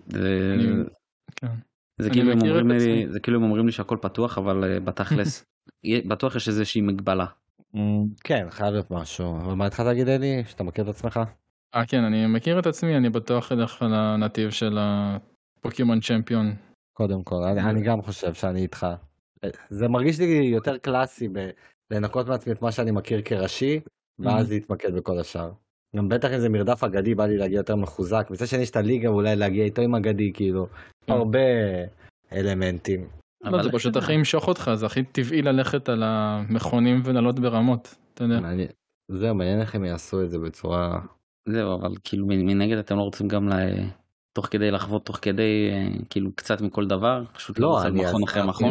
זה כאילו הם אומרים לי שהכל פתוח, אבל בתכלס, בטוח יש איזושהי מגבלה. כן, חייב להיות משהו. אבל מה התחלת להגיד לי? שאתה מכיר את עצמך? כן, אני מכיר את עצמי, אני בטוח דרך על הנתיב של הפוקימון צ'מפיון. קודם כל, אני גם חושב שאני איתך. זה מרגיש לי יותר קלאסי לנקות מעצמי את מה שאני מכיר כראשי, ואז להתמקד בכל השאר. גם בטח אם זה מרדף אגדי, בא לי להגיע יותר מחוזק. מצד שני שאתה ליגה, אולי להגיע איתו עם אגדי, כאילו, הרבה אלמנטים. אבל זה פשוט הכי ימשוך אותך, זה הכי טבעי ללכת על המכונים ולעלות ברמות, אתה יודע. זהו, מעניין איך הם יעשו את זה בצורה... זהו, אבל כאילו מנגד אתם לא רוצים גם תוך כדי לחוות, תוך כדי כאילו קצת מכל דבר, פשוט לא רוצה מכון אחרי מכון.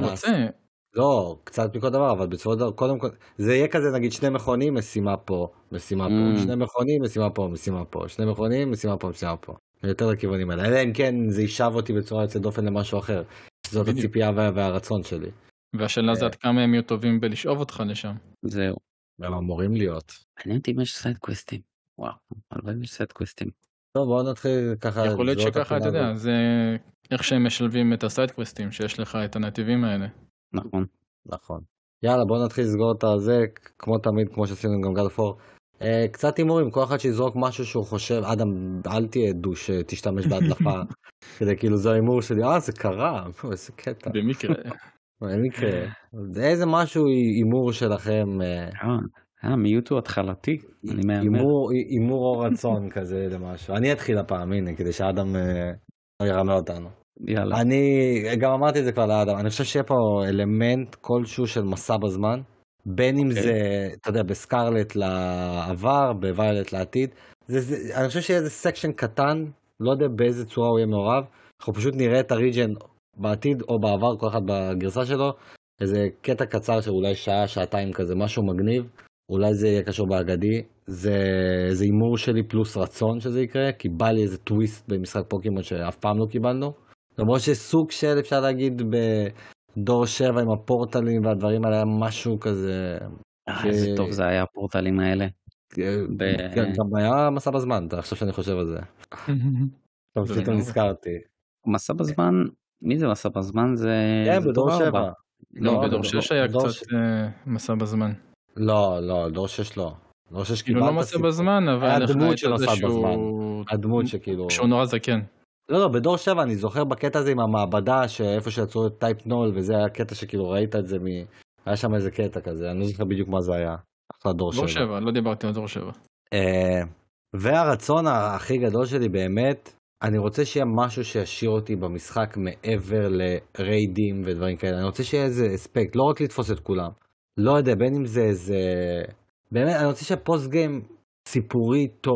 לא, קצת מכל דבר, אבל בצורה דבר, קודם כל, זה יהיה כזה נגיד שני מכונים, משימה פה, משימה פה, שני מכונים, משימה פה, משימה פה, שני מכונים, משימה פה, משימה פה. יותר לכיוונים האלה, אלא אם כן זה יישב אותי בצורה יוצאת דופן למשהו אחר. זאת הציפייה והרצון שלי. והשאלה זה עד כמה הם יהיו טובים בלשאוב אותך לשם. זהו. הם אמורים להיות. מעניין אותי אם יש סייד קווסטים. וואו, אבל יש סייד קווסטים. טוב, בואו נתחיל ככה. יכול להיות שככה, אתה יודע, זה איך שהם משלבים את הסייד קווסטים, שיש לך את הנתיבים האלה. נכון. נכון. יאללה, בואו נתחיל לסגור את הזה, כמו תמיד, כמו שעשינו גם God of War. קצת הימורים, כל אחד שיזרוק משהו שהוא חושב, אדם, אל תהיה דוש, תשתמש בהדלפה, כדי כאילו זה ההימור שלי, זה קרה, איזה קטע. במקרה. במקרה. זה איזה משהו הימור שלכם. מיוטו התחלתי, אני מאמר. הימור או רצון כזה למשהו. אני אתחיל הפעם, הנה, כדי שאדם ירמה אותנו. יאללה. אני גם אמרתי את זה כבר לאדם, אני חושב שיהיה פה אלמנט כלשהו של מסע בזמן, בין אם זה, אתה יודע, בסקרלט לעבר, בוויולט לעתיד, אני חושב שיהיה איזה סקשן קטן, לא יודע באיזה צורה הוא יהיה מעורב, אנחנו פשוט נראה את הריג'ן בעתיד או בעבר, כל אחד בגרסה שלו, איזה קטע קצר של אולי שעה, שעתיים כזה, משהו מגניב, אולי זה יהיה קשור באגדי, זה הימור שלי פלוס רצון שזה יקרה, כי בא לי איזה טוויסט במשחק פוקימון שאף פעם לא קיבלנו, למרות שסוג של אפשר להגיד בדור 7 עם הפורטלים והדברים האלה היה משהו כזה. איזה טוב זה היה הפורטלים האלה. גם היה מסע בזמן, אתה חושב שאני חושב על זה. טוב, פתאום נזכרתי. מסע בזמן, מי זה מסע בזמן? זה בדור 7. לא, בדור 6 היה קצת מסע בזמן. לא, דור 6 לא. דור 6 קיבלת לא מסע בזמן, אבל הדמות של מסע בזמן. הדמות שכאילו... שהוא נורא זקן. לא, בדור 7 אני זוכר בקטע הזה עם המעבדה שאיפה שיצרו את טייפ נול, וזה היה קטע שכאילו ראית את זה היה שם איזה קטע כזה, אני לא זוכר בדיוק מה זה היה. דור 7, לא דיברתי על דור 7. והרצון הכי גדול שלי באמת, אני רוצה שיהיה משהו שישאיר אותי במשחק מעבר לריידים ודברים כאלה, אני רוצה שיהיה איזה אספקט, לא רק לתפוס את כולם. לא יודע, בין אם זה איזה... באמת, אני רוצה שיהיה פוסט גיים סיפורי טוב.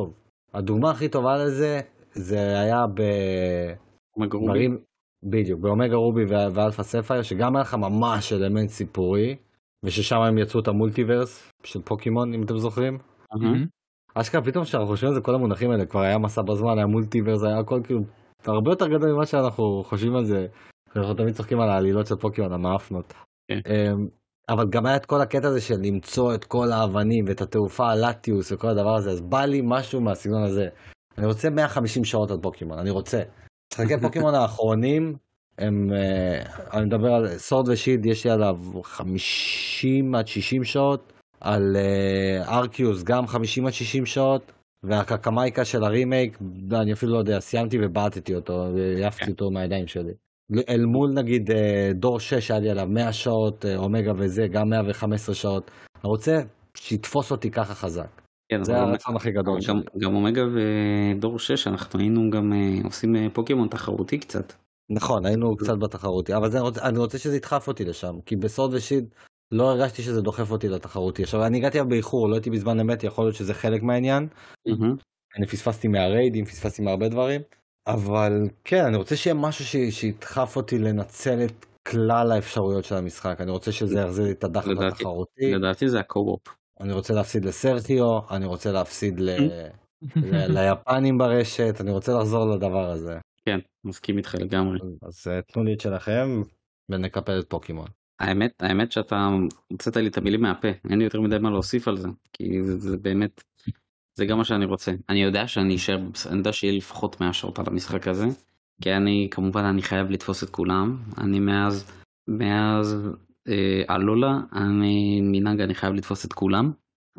הדוגמה הכי טובה לזה, זה היה אומגה רובי? בדיוק, באומגה רובי ואלפא ספייר, שגם היה לך ממש אלמנט סיפורי, וששם הם יצאו את המולטיברס של פוקימון, אם אתם זוכרים. אשכרה, פתאום כשאנחנו חושבים על זה, כל המונחים האלה, כבר היה מסע בזמן, היה מולטיברס, היה הכל כאילו, הרבה יותר גדול ממה שאנחנו חושבים על זה. אנחנו תמיד צוחקים על העלילות של פוקימון, המאפנות. אבל גם היה את כל הקטע הזה של למצוא את כל האבנים ואת התעופה, הלטיוס וכל הדבר הזה, אז בא לי משהו מהסגנון הזה. אני רוצה 150 שעות על פוקימון, אני רוצה. משחקי פוקימון האחרונים, אני מדבר על סורד ושיד, יש לי עליו 50 עד 60 שעות, על ארקיוס גם 50 עד 60 שעות, והקקמייקה של הרימייק, אני אפילו לא יודע, סיימתי ובעטתי אותו, ויפתי אותו מהידיים שלי. אל מול נגיד דור 6 היה לי עליו 100 שעות, אומגה וזה, גם 115 שעות. אני רוצה שיתפוס אותי ככה חזק. כן, זה הרצון הכי גדול שלי. גם אומגה ודור 6 אנחנו היינו גם עושים פוקימון תחרותי קצת. נכון, היינו קצת בתחרותי, אבל אני רוצה שזה ידחף אותי לשם, כי בסוד ושיד לא הרגשתי שזה דוחף אותי לתחרותי. עכשיו, אני הגעתי באיחור, לא הייתי בזמן אמת, יכול להיות שזה חלק מהעניין. אני פספסתי מהריידים, פספסתי מהרבה דברים, אבל כן, אני רוצה שיהיה משהו שידחף אותי לנצל את כלל האפשרויות של המשחק. אני רוצה שזה יחזיר לי את הדחף לתחרותי. לדעתי זה הקו-אופ. אני רוצה להפסיד לסרטיו, אני רוצה להפסיד ליפנים ברשת, אני רוצה לחזור לדבר הזה. כן, מסכים איתך לגמרי. אז תנו לי את שלכם ונקפל את פוקימון. האמת שאתה הוצאת לי את המילים מהפה, אין לי יותר מדי מה להוסיף על זה, כי זה באמת, זה גם מה שאני רוצה. אני יודע שאני אשאר, אני יודע שיהיה לפחות 100 שעות על המשחק הזה, כי כמובן אני חייב לתפוס את כולם, אני מאז אלולה, מנהג אני חייב לתפוס את כולם,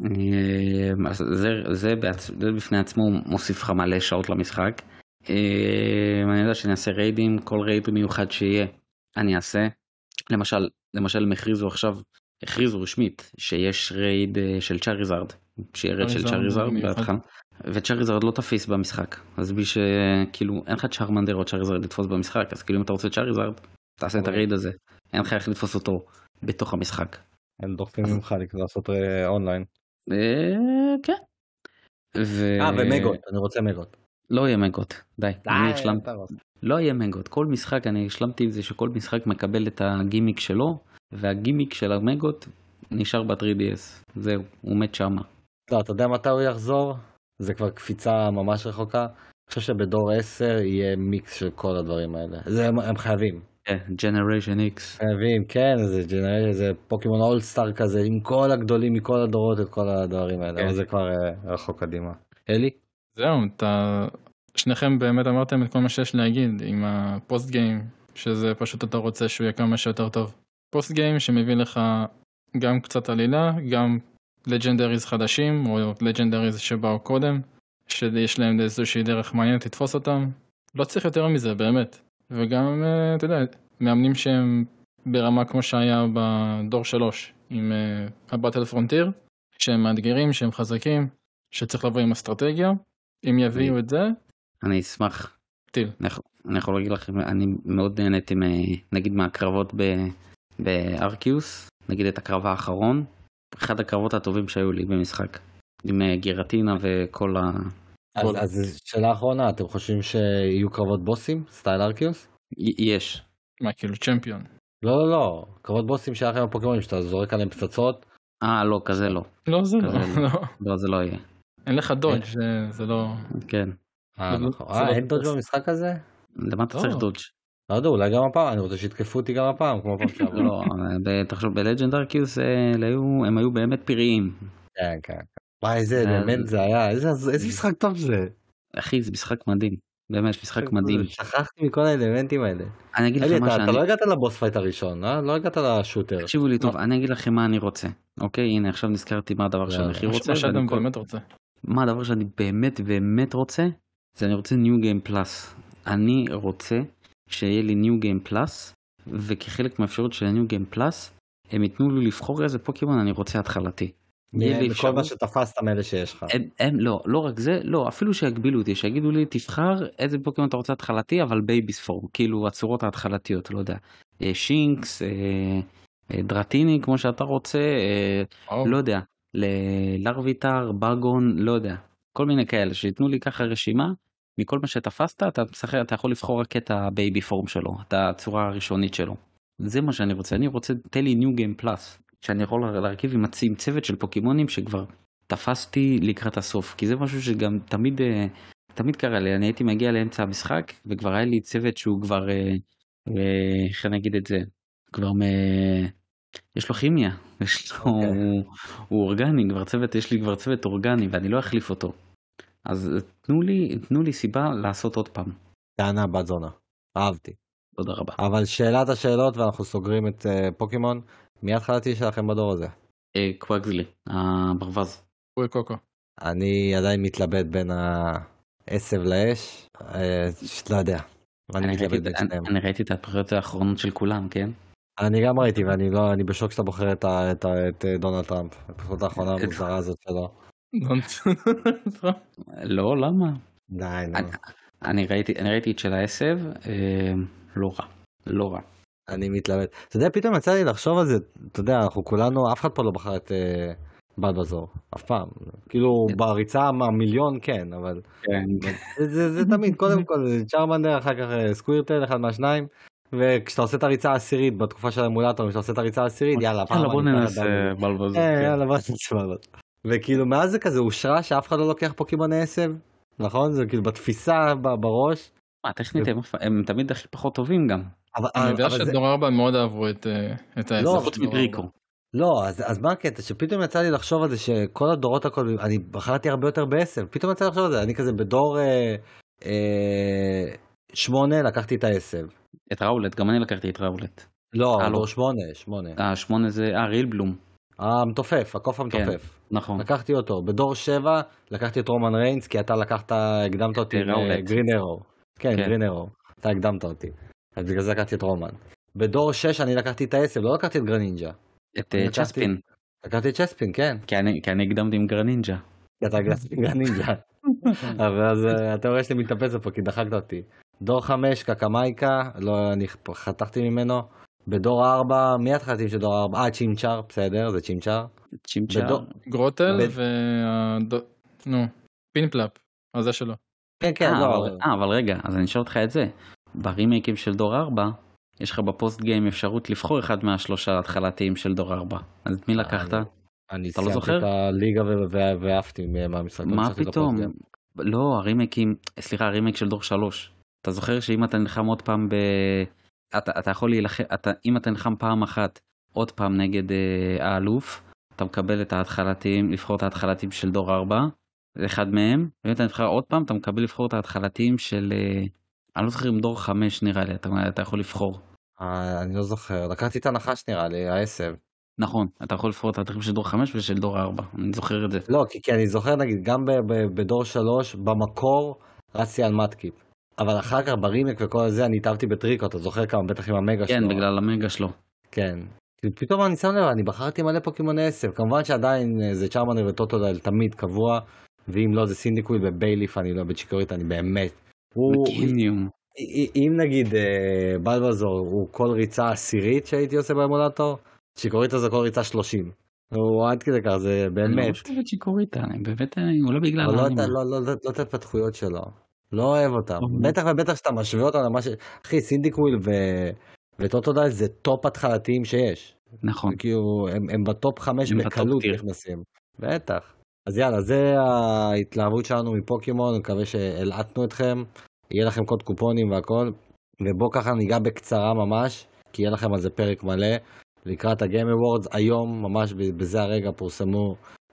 זה בפני עצמו מוסיף לך מלא שעות למשחק. אני יודע שאני אעשה ריידים, כל רייד מיוחד שיהיה אני אעשה. למשל הם הכריזו רשמית שיש רייד של צ'אריזארד, שיהיה רייד של צ'אריזארד בהתחלה, וצ'אריזארד לא תפיס במשחק, אז בי שכאילו אין לך צ'ארמנדר או צ'אריזארד לתפוס במשחק, אז כאילו אם אתה רוצה צ'אריזארד תעשה את הרייד הזה, אין לך איך לתפוס אותו בתוך המשחק. הם דוחפים ממך לעשות אונליין. כן. ומגות, אני רוצה מגות. לא יהיה מגות, די. לא יהיה מגות. כל משחק, אני השלמתי עם זה שכל משחק מקבל את הגימיק שלו, והגימיק של המגות נשאר ב-3DS. זהו, הוא מת שמה. לא, אתה יודע מתי הוא יחזור? זה כבר קפיצה ממש רחוקה. אני חושב שבדור 10 יהיה מיקס של כל הדברים האלה. הם חייבים. כן, Generation X. חייבים, כן, זה פוקימון אולסטאר כזה, עם כל הגדולים, מכל הדורות, את כל הדברים האלה. אבל זה כבר רחוק קדימה. אלי? זהו, שניכם באמת אמרתם את כל מה שיש להגיד עם הפוסט גיים, שזה פשוט אתה רוצה שהוא יהיה כמה שיותר טוב. פוסט גיים שמביא לך גם קצת עלילה, גם לג'נדריז חדשים, או לג'נדריז שבאו קודם, שיש להם איזושהי דרך מעניינת לתפוס אותם. לא צריך יותר מזה, באמת. וגם, אתה יודע, מאמנים שהם ברמה כמו שהיה בדור 3, עם הבטל פרונטיר, שהם מאתגרים, שהם חזקים, שצריך לבוא עם אסטרטגיה. אם יביאו את זה, אני אשמח. טיל. אני יכול להגיד לכם, אני מאוד נהניתי נגיד מהקרבות בארקיוס, נגיד את הקרב האחרון, אחד הקרבות הטובים שהיו לי במשחק, עם גירטינה וכל ה... אז שאלה האחרונה, אתם חושבים שיהיו קרבות בוסים, סטייל ארקיוס? יש. מה, כאילו צ'מפיון? לא, קרבות בוסים שהיה לכם בפוקימונים, שאתה זורק עליהם פצצות? לא, כזה לא. לא, זה לא. לא, זה לא יהיה. אין לך דודג', זה לא... כן. נכון. אין דודג' במשחק הזה? למה אתה צריך דודג'? לא יודע, אולי גם הפעם, אני רוצה שיתקפו אותי גם הפעם, כמו פעם שעברה. לא, תחשוב, בלג'נד ארקיוס הם היו באמת פיריים. כן. מה, איזה אלמנט זה היה, איזה משחק טוב זה. אחי, זה משחק מדהים. באמת, משחק מדהים. שכחתי מכל האלמנטים האלה. אני אגיד לך מה שאני... אתה לא הגעת לבוס פייט הראשון, לא הגעת לשוטר. תקשיבו לי טוב, אני אגיד לכם מה אני רוצה. אוקיי, הנה, עכשיו נזכרתי מה הדבר שאני הכי רוצה. מה שאדם באמת רוצה. מה הדבר שאני באמת רוצה? זה אני רוצה New Game Plus. אני רוצה שיהיה לי New Game Plus, וכחלק מהאפשרות של New Game Plus, הם ייתנו לי לבחור איזה פוקימון אני רוצה התחלתי. מכל מה שתפסת מאלה שיש לך. לא רק זה, לא, אפילו שיגבילו אותי, שיגידו לי תבחר איזה פוקימון אתה רוצה התחלתי, אבל בייביס פורם, כאילו הצורות ההתחלתיות, לא יודע, שינקס, דרטיני כמו שאתה רוצה, לא יודע, ללרוויטר, בגון, לא יודע, כל מיני כאלה, שיתנו לי ככה רשימה, מכל מה שתפסת, אתה יכול לבחור רק את הבייבי פורם שלו, את הצורה הראשונית שלו. זה מה שאני רוצה, אני רוצה תן לי ניו גיים פלאס, שאני יכול להרכיב עם צוות של פוקימונים שכבר תפסתי לקראת הסוף, כי זה משהו שגם תמיד קרה לי, אני הייתי מגיע לאמצע המשחק, וכבר היה לי צוות שהוא כבר, איך אני אגיד את זה, כבר יש לו כימיה, הוא אורגני, יש לי כבר צוות אורגני, ואני לא אחליף אותו. אז תנו לי סיבה לעשות עוד פעם. טענה בת זונה, אהבתי. תודה רבה. אבל שאלת השאלות, ואנחנו סוגרים את פוקימון, מי התחלתי שלכם בדור הזה? קוואגזלי, הברווז. אוי קוקו. אני עדיין מתלבט בין העשב לאש, לא יודע. אני ראיתי את הפריות האחרונות של כולם, כן? אני גם ראיתי, ואני בשוק שאתה בוחר את דונלד טראמפ, הפריות האחרונה המוזרה הזאת שלו. לא, למה? די, אני ראיתי את של העשב, לא רע. אני מתלבט. אתה יודע, פתאום יצא לי לחשוב על זה, אתה יודע, אנחנו כולנו, אף אחד פה לא בחר את בלבזור, אף פעם. כאילו, בריצה המיליון כן, אבל זה תמיד, קודם כל, צ'רמנדר, אחר כך סקווירטל, אחד מהשניים, וכשאתה עושה את הריצה העשירית, בתקופה של האמולטור, כשאתה עושה את הריצה העשירית, יאללה, בוא ננסה בלבזור. יאללה, בוא ננסה בלבזור. וכאילו, מאז זה כזה אושרה שאף אחד לא לוקח פוקימוני עשב, נכון? זה כאילו בתפיסה, בראש. טכנית, הם תמיד הכי פחות טובים גם. אני יודע שדור 4 מאוד אהבו את העשב. חוץ מדריקו. לא, אז מה הקטע? שפתאום יצא לי לחשוב על זה שכל הדורות הקודמים, אני בחרתי הרבה יותר בעשב, פתאום יצא לי לחשוב על זה, אני כזה בדור 8 לקחתי את העשב. את ראולט, גם אני לקחתי את ראולט. לא, דור 8. 8 זה, ריל-בלום. המתופף, הקוף המתופף. נכון. לקחתי אותו. בדור 7 לקחתי את רומן ריינס, כי אתה הקדמת אותי גרין ארו. כן, גרין ארו. אתה הקדמת אותי. אז בגלל זה לקחתי את רומן. בדור 6 אני לקחתי את העשב, לא לקחתי את גרנינג'ה. את צ'ספין. לקחתי את צ'ספין, כן. כי אני הקדמתי עם גרנינג'ה. כי אתה הקדמת עם גרנינג'ה. אבל אז התיאוריה שלי מתאפס פה, כי דחקת אותי. דור 5 קקמייקה, לא, אני חתכתי ממנו. בדור 4, מי התחלתי של דור 4? צ'ימצ'ר, בסדר, זה צ'ימצ'ר. גרוטל פינפלאפ, אז זה שלו. כן, לא. אבל רגע, אז אני אשאל אותך את זה. ברימייקים של דור 4, יש לך בפוסט גיים אפשרות לבחור אחד מהשלושה ההתחלתיים של דור 4. אז את מי לקחת? אני סיימתי את הליגה ואהבתי מהמשחק. מה פתאום? לא, הרימייק של דור 3. אתה זוכר שאם אתה נלחם עוד פעם אתה יכול להילחם, אם אתה נלחם פעם אחת עוד פעם נגד האלוף, אתה מקבל את ההתחלתיים, לבחור את ההתחלתיים של דור 4, אחד מהם, ואם אתה נבחר עוד פעם, אתה מקבל לבחור את ההתחלתיים של, אני לא זוכר אם דור 5 נראה לי, אתה יכול לבחור. אני לא זוכר, לקחתי את הנחש נראה לי, העשב. נכון, אתה יכול לבחור את ההתחלתיים של דור 5 ושל דור 4, אני זוכר את זה. לא, כי אני זוכר נגיד, גם בדור 3, במקור רצתי על מתקיפ. אבל אחר כך ברימק וכל זה אני התאהבתי בטריקו, אתה זוכר כמה, בטח עם המגה שלו. כן, בגלל המגה שלו. כן. פתאום אני שם לב, אני בחרתי מלא פוקימוני עשב, כמובן שעדיין זה צ'רמנר וטוטודייל תמיד קבוע, ואם לא זה סינדיקוויל ובייליף, אני לא בצ'יקורית, אני באמת. בגיניום. אם נגיד בלבזור הוא כל ריצה עשירית שהייתי עושה באמולטור, צ'יקוריטה זה כל ריצה 30. הוא עד כדי כך, זה באמת. אני לא חושב צ'יקוריטה, באמת, הוא לא בגלל האנימה. לא את ההתפתחויות שלו. לא אוהב אותם. בטח ובטח שאתה משווה אותם למה אחי, סינדיקוויל וטוטודייל זה טופ התחלתיים שיש. נכון. כאילו, הם בטופ 5 בקלות נכנסים. בטח. אז יאללה, זה ההתלהבות שלנו מפוקימון, אני מקווה שהלעטנו אתכם, יהיה לכם קוד קופונים והכל, ובוא ככה ניגע בקצרה ממש, כי יהיה לכם על זה פרק מלא, לקראת הגיים אוורדס, היום ממש בזה הרגע פורסמו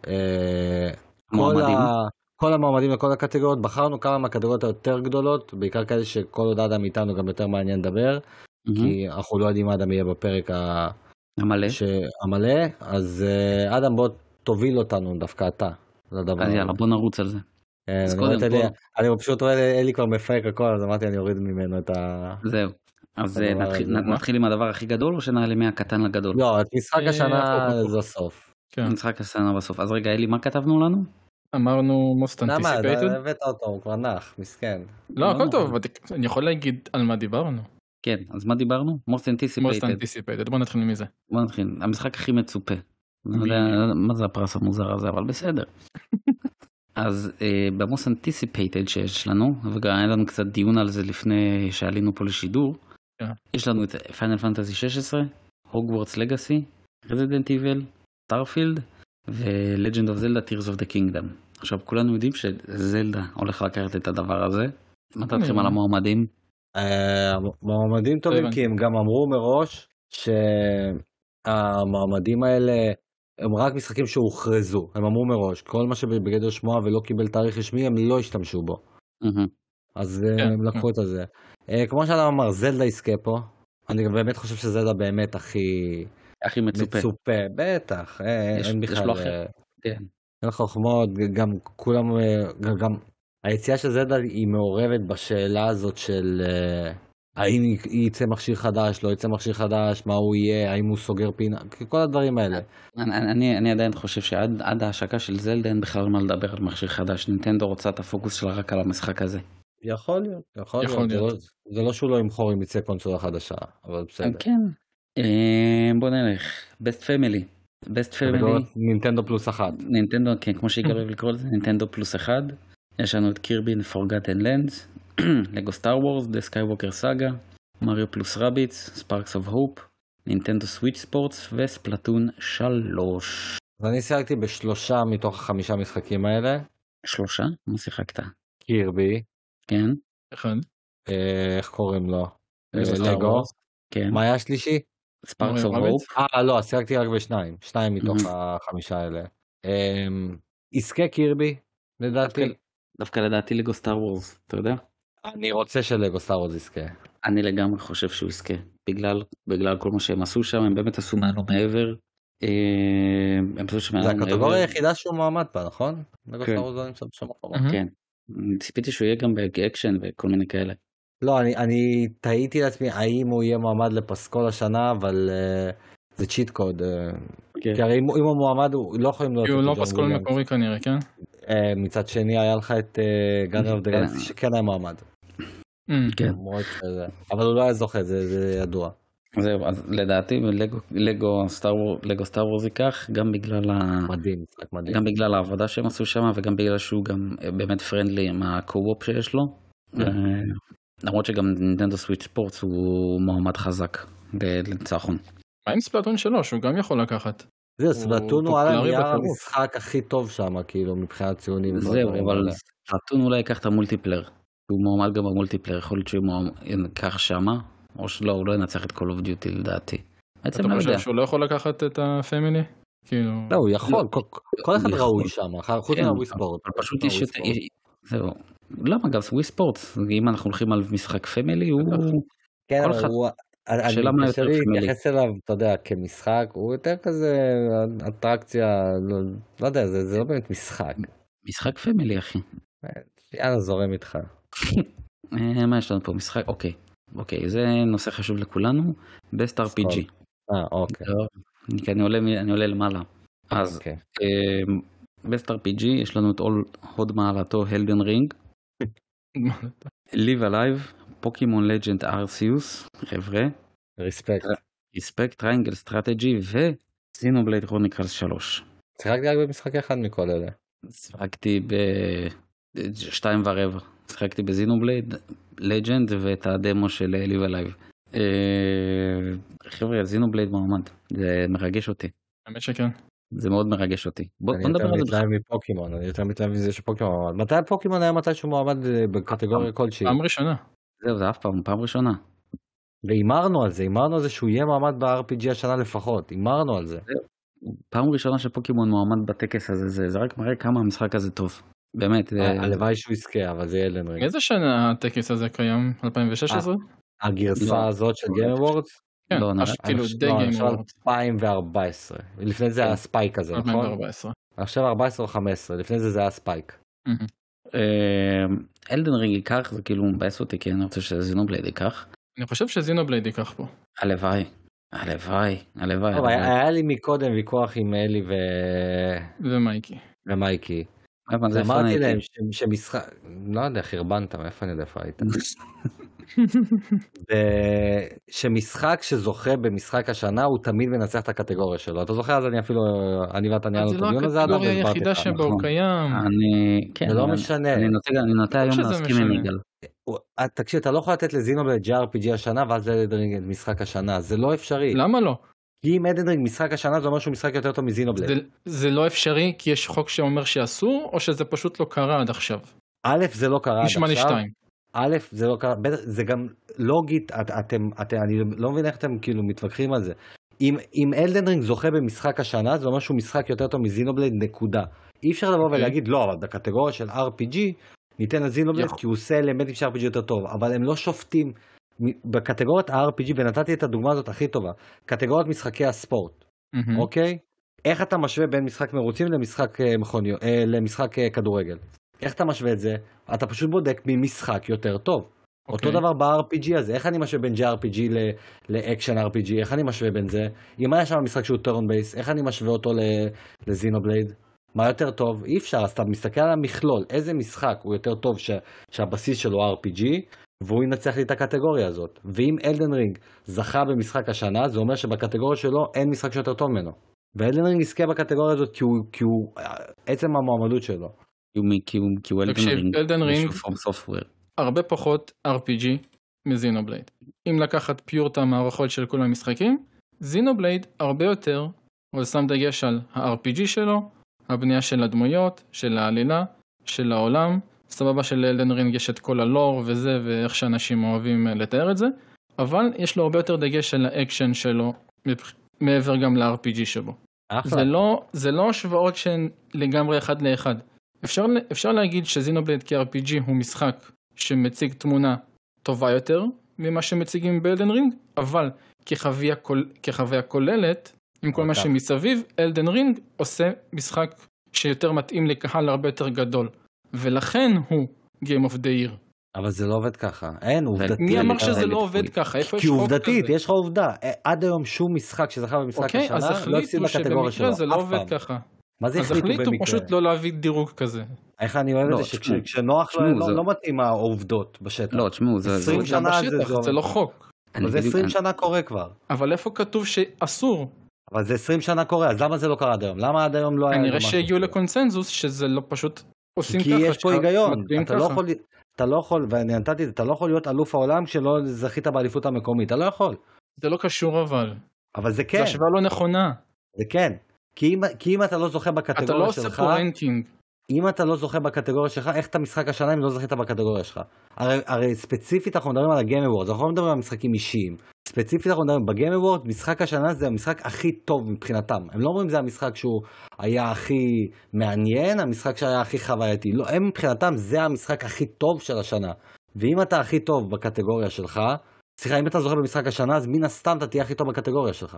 כל המועמדים לכל הקטגוריות, בחרנו כמה מהקטגוריות היותר גדולות, בעיקר כאלה שכל עוד אדם איתנו גם יותר מעניין לדבר, כי אנחנו לא יודעים מה אדם יהיה בפרק המלא, אז אדם בוא תוביל אותנו דווקא אתה. אז יאללה בוא נרוץ על זה. אני פשוט רואה אלי כבר מפייק הכל, אז אמרתי אני אוריד ממנו את זהו. אז נתחיל עם הדבר הכי גדול או שנעלה מהקטן לגדול? לא, את משחק השנה זה הסוף. משחק השנה בסוף. אז רגע אלי, מה כתבנו לנו? אמרנו most anticipated. למה? הבאת אותו, הוא כבר נח, מסכן. לא, הכל טוב, אני יכול להגיד על מה דיברנו. כן, אז מה דיברנו? most anticipated, בוא נתחיל מזה. בוא נתחיל, המשחק הכי מצופה. לא יודע מה זה הפרס המוזר הזה, אבל בסדר. אז במוס אנטיסיפייטד שיש לנו, וגם היה לנו קצת דיון על זה לפני שעלינו פה לשידור, יש לנו את פיינל פנטזי 16, הוגוורטס לגאסי, רזידנט איבל, סטארפילד, ולג'נד אוף זלדה טירס אוף דה קינגדום. עכשיו כולנו יודעים שזלדה הולך לקחת את הדבר הזה. מה דעתכם על המועמדים? מועמדים טובים, כי הם גם אמרו מראש שהמועמדים האלה הם רק משחקים שהוכרזו. הם אמרו מראש, כל מה שבגדר שמוע ולא קיבל תאריך רשמי, הם לא השתמשו בו. אז הם לקחו את זה. כמו שאדם אמר, זלדה יזכה פה. אני באמת חושב שזלדה באמת הכי מצופה. בטח, אין בכלל. אין חוכמות, גם כולם, גם היציאה של זלדה היא מעורבת בשאלה הזאת של האם יצא מכשיר חדש, לא יצא מכשיר חדש, מה הוא יהיה, האם הוא סוגר פינה, כל הדברים האלה. אני עדיין חושב שעד ההשקה של זלדה אין בכלל מה לדבר על מכשיר חדש. נינטנדו רוצה את הפוקוס שלה רק על המשחק הזה. יכול להיות. זה לא שהוא לא ימחור אם יצא קונסולה חדשה, אבל בסדר. כן. בוא נלך. Best Family. נינטנדו פלוס 1. נינטנדו, כן, כמו שהגענו לקרוא לזה, נינטנדו פלוס 1. יש לנו את קירבי and Forgotten Lands, לגו סטאר וורס, The Skywalker Saga, מריו פלוס רביץ, Sparks of Hope, נינטנדו סוויץ' ספורטס וספלטון 3. אז אני שיחקתי ב3 מתוך 5 משחקים האלה. 3? מה שיחקת? קירבי. כן. אחד. איך קוראים לו? לגו. כן. מה היה השלישי? Sparks of Hope. לא, שיחקתי רק ב2. 2 מתוך 5 האלה. עסקי קירבי, לדעתי. דווקא לדעתי לגו סטאר וורס, אתה יודע? אני רוצה שלגו סטאר וורס יזכה. אני לגמרי חושב שהוא יזכה. בגלל כל מה שהם עשו שם, הם באמת עשו מענו מעבר. זה הקטגוריה היחידה שהוא מעמד בה, נכון? לגו סטאר וורס לא נמצא בשום מקום. כן. ציפיתי שהוא יהיה גם באקשן וכל מיני כאלה. לא, אני תהיתי לעצמי האם הוא יהיה מועמד לפסקול השנה, אבל זה צ'יט קוד. כי הרי אם הוא מועמד, לא יכולים להיות... הוא לא פסקול מקורי כנראה, כן? מצד שני היה לך את גארדיאן אוף דה גלקסי שכן היה מועמד. כן. אבל הוא לא היה זוכה, זה ידוע. זהו, אז לדעתי לגו סטאר וורס ייקח, גם בגלל העבודה שהם עשו שם, וגם בגלל שהוא גם באמת פרנדלי עם הקו-אופ שיש לו. למרות שגם נינטנדו סוויץ' ספורטס הוא מועמד חזק לניצחון. מה עם ספלטון 3? הוא גם יכול לקחת. זהו, ספלטון הוא על הנייר המשחק הכי טוב שם, כאילו, מבחינת ציונים. זהו, אבל ספלטון אולי ייקח את המולטיפלר. הוא מועמד גם במולטיפלר, יכול להיות שהוא ייקח שמה, או שלא, הוא לא ינצח את Call of Duty לדעתי. אתה חושב שהוא לא יכול לקחת את הפמילי? לא, הוא יכול, כל אחד ראוי שם, חוץ מהווי ספורט. פשוט יש את... זהו. למה גם ווי ספורטס, אם אנחנו הולכים על משחק פמילי, הוא... כן, אבל הוא... אני חושב להתייחס אליו, אתה יודע, כמשחק, הוא יותר כזה אטרקציה, לא יודע, זה לא באמת משחק. משחק פמילי, אחי. יאללה, זורם איתך. מה יש לנו פה? משחק? אוקיי, זה נושא חשוב לכולנו. Best RPG. אוקיי. אני עולה למעלה. אז, Best RPG, יש לנו את הוד מעלתו, Elden Ring. Live Alive, פוקימון לג'נד ארסיוס, חבר'ה. ריספקט, טריינגל סטרטג'י וזינובלייד כרוניקלס 3. שיחקתי רק במשחק אחד מכל אלה. שיחקתי ב2.25. שיחקתי בזינובלייד לג'נד ואת הדמו של Live Alive. חבר'ה, זינובלייד מועמד. זה מרגש אותי. האמת שכן. זה מאוד מרגש אותי. בוא נדבר על זה. אני יותר מתלהב מזה שפוקימון מועמד. מתי פוקימון היה מתישהו מועמד בקטגוריה כלשהי? פעם ראשונה. זהו, זה אף פעם ראשונה. והימרנו על זה שהוא יהיה מועמד ב-RPG השנה לפחות. הימרנו על זה. פעם ראשונה שפוקימון מועמד בטקס הזה, זה רק מראה כמה המשחק הזה טוב. באמת. הלוואי שהוא יזכה, אבל זה יהיה לנרגע. איזה שנה הטקס הזה קיים? 2016? הגרסה הזאת של Game Awards? כן, כאילו די Game Awards. 2014. לפני זה היה ספייק הזה, נכון? 2014. עכשיו 14 או 15, לפני זה היה ספייק. אלדן רינג ייקח, זה כאילו מבאס אותי, כי אני רוצה שזינובלייד ייקח. אני חושב שזינובלייד ייקח פה. הלוואי. היה לי מקודם ויכוח עם אלי ומייקי. אמרתי להם שמשחק, לא יודע, חרבנת, מאיפה אני יודע איפה היית? שמשחק שזוכה במשחק השנה הוא תמיד מנצח את הקטגוריה שלו. אתה זוכר? אז אני ואתה ניהלנו את הדיון הזה. זה לא הקטגוריה היחידה שבו הוא קיים. כן, זה לא משנה. אני נוטה היום להסכים עם יגאל. תקשיב, אתה לא יכול לתת לזינובלייד JRPG השנה ואז לאלדן רינג את משחק השנה. זה לא אפשרי. למה לא? כי אם אלדן רינג משחק השנה זה אומר שהוא משחק יותר טוב מזינובלייד. זה לא אפשרי כי יש חוק שאומר שאסור, או שזה פשוט לא קרה עד עכשיו? א', זה לא קרה עד עכשיו. נשמע לי 2. א', זה לא קרה, זה גם לוגית, אני לא מבין איך אתם כאילו מתווכחים על זה. אם אלדן רינג זוכה במשחק השנה, זה אומר שהוא משחק יותר טוב מזינובלייד, נקודה. אי אפשר לבוא ולהגיד, לא, אבל בקטגוריה של RPG, ניתן לזינובלייד כי הוא עושה אלמנטים של RPG יותר טוב, אבל הם לא שופטים בקטגוריית ה-RPG, ונתתי את הדוגמה הזאת הכי טובה, קטגוריית משחקי הספורט, אוקיי? איך אתה משווה בין משחק מרוצים למשחק כדורגל? איך אתה משווה את זה? אתה פשוט בודק ממשחק יותר טוב. אותו דבר ב-RPG הזה, איך אני משווה בין JRPG לאקשן RPG, איך אני משווה בין זה? אם היה שם משחק שהוא turn based, איך אני משווה אותו לזינובלייד? מה יותר טוב? אי אפשר, אז אתה מסתכל על המכלול, איזה משחק הוא יותר טוב שהבסיס שלו RPG, והוא ינצח לי את הקטגוריה הזאת. ואם אלדן רינג זכה במשחק השנה, זה אומר שבקטגוריה שלו אין משחק שיותר טוב ממנו. ואלדן רינג יזכה בקטגוריה הזאת כי הוא עצם המועמדות שלו. כי הוא אלדן רינג הרבה פחות RPG מזינובלייד. אם לקחת פיורט המערכות של כל המשחקים, זינובלייד הרבה יותר, הוא שם דגש על ה-RPG שלו, הבנייה של הדמויות, של העלילה, של העולם, סבבה של אלדן רינג יש את כל הלור וזה, ואיך שאנשים אוהבים לתאר את זה, אבל יש לו הרבה יותר דגש על האקשן שלו, מעבר גם ל-RPG שבו. זה לא השוואות שהן לגמרי אחד לאחד. אפשר להגיד שזינובלייד כ-RPG הוא משחק שמציג תמונה טובה יותר ממה שמציגים באלדן רינג, אבל כחוויה כוללת, עם כל מה שמסביב, אלדן רינג עושה משחק שיותר מתאים לקהל הרבה יותר גדול, ולכן הוא Game of the Year. אבל זה לא עובד ככה, אין עובדתית. מי אמר שזה לא עובד ככה? איפה יש כי חוק עובדתית, כזה? יש לך עובדה. עד היום שום משחק שזכה במשחק השנה, אז החליטו שבמקרה זה לא עובד ככה. מה זה החליטו במקרה? אז החליטו פשוט לא להביא דירוג כזה. איך אני אוהב את זה שכשנוח לא מתאים העובדות בשטח. לא, תשמעו, 20 שנה זה לא חוק. אבל זה 20 שנה קורה כבר. אבל איפה כתוב שאסור? אבל זה 20 שנה קורה, אז למה זה לא קרה עד היום? למה עד היום לא היה... כנראה שהגיעו לקונסנזוס שזה לא פשוט עושים ככה. כי יש פה היגיון. אתה לא יכול, ואני נתתי את זה, אתה לא יכול להיות אלוף העולם כשלא זכית באליפות המקומית. אתה לא יכול. זה לא קשור אבל זה כן. זה השוואה לא נכונה. זה כן. כי אם אתה לא זוכה בקטגוריה שלך... אתה לא עושה פה רנקינג. אם אתה לא זוכה בקטגוריה שלך, איך אתה משחק השנה אם לא זכית בקטגוריה שלך? הרי ספציפית אנחנו מדברים על הגיים אוורד, אנחנו לא מדברים על משחקים אישיים. ספציפית אנחנו מדברים בגיים אוורד, משחק השנה זה המשחק הכי טוב מבחינתם. הם לא אומרים זה המשחק שהוא היה הכי מעניין, המשחק שהיה הכי חווייתי. לא, הם מבחינתם זה המשחק הכי טוב של השנה. ואם אתה הכי טוב בקטגוריה שלך, סליחה, אם אתה זוכה במשחק השנה, אז מן הסתם אתה תהיה הכי טוב בקטגוריה שלך.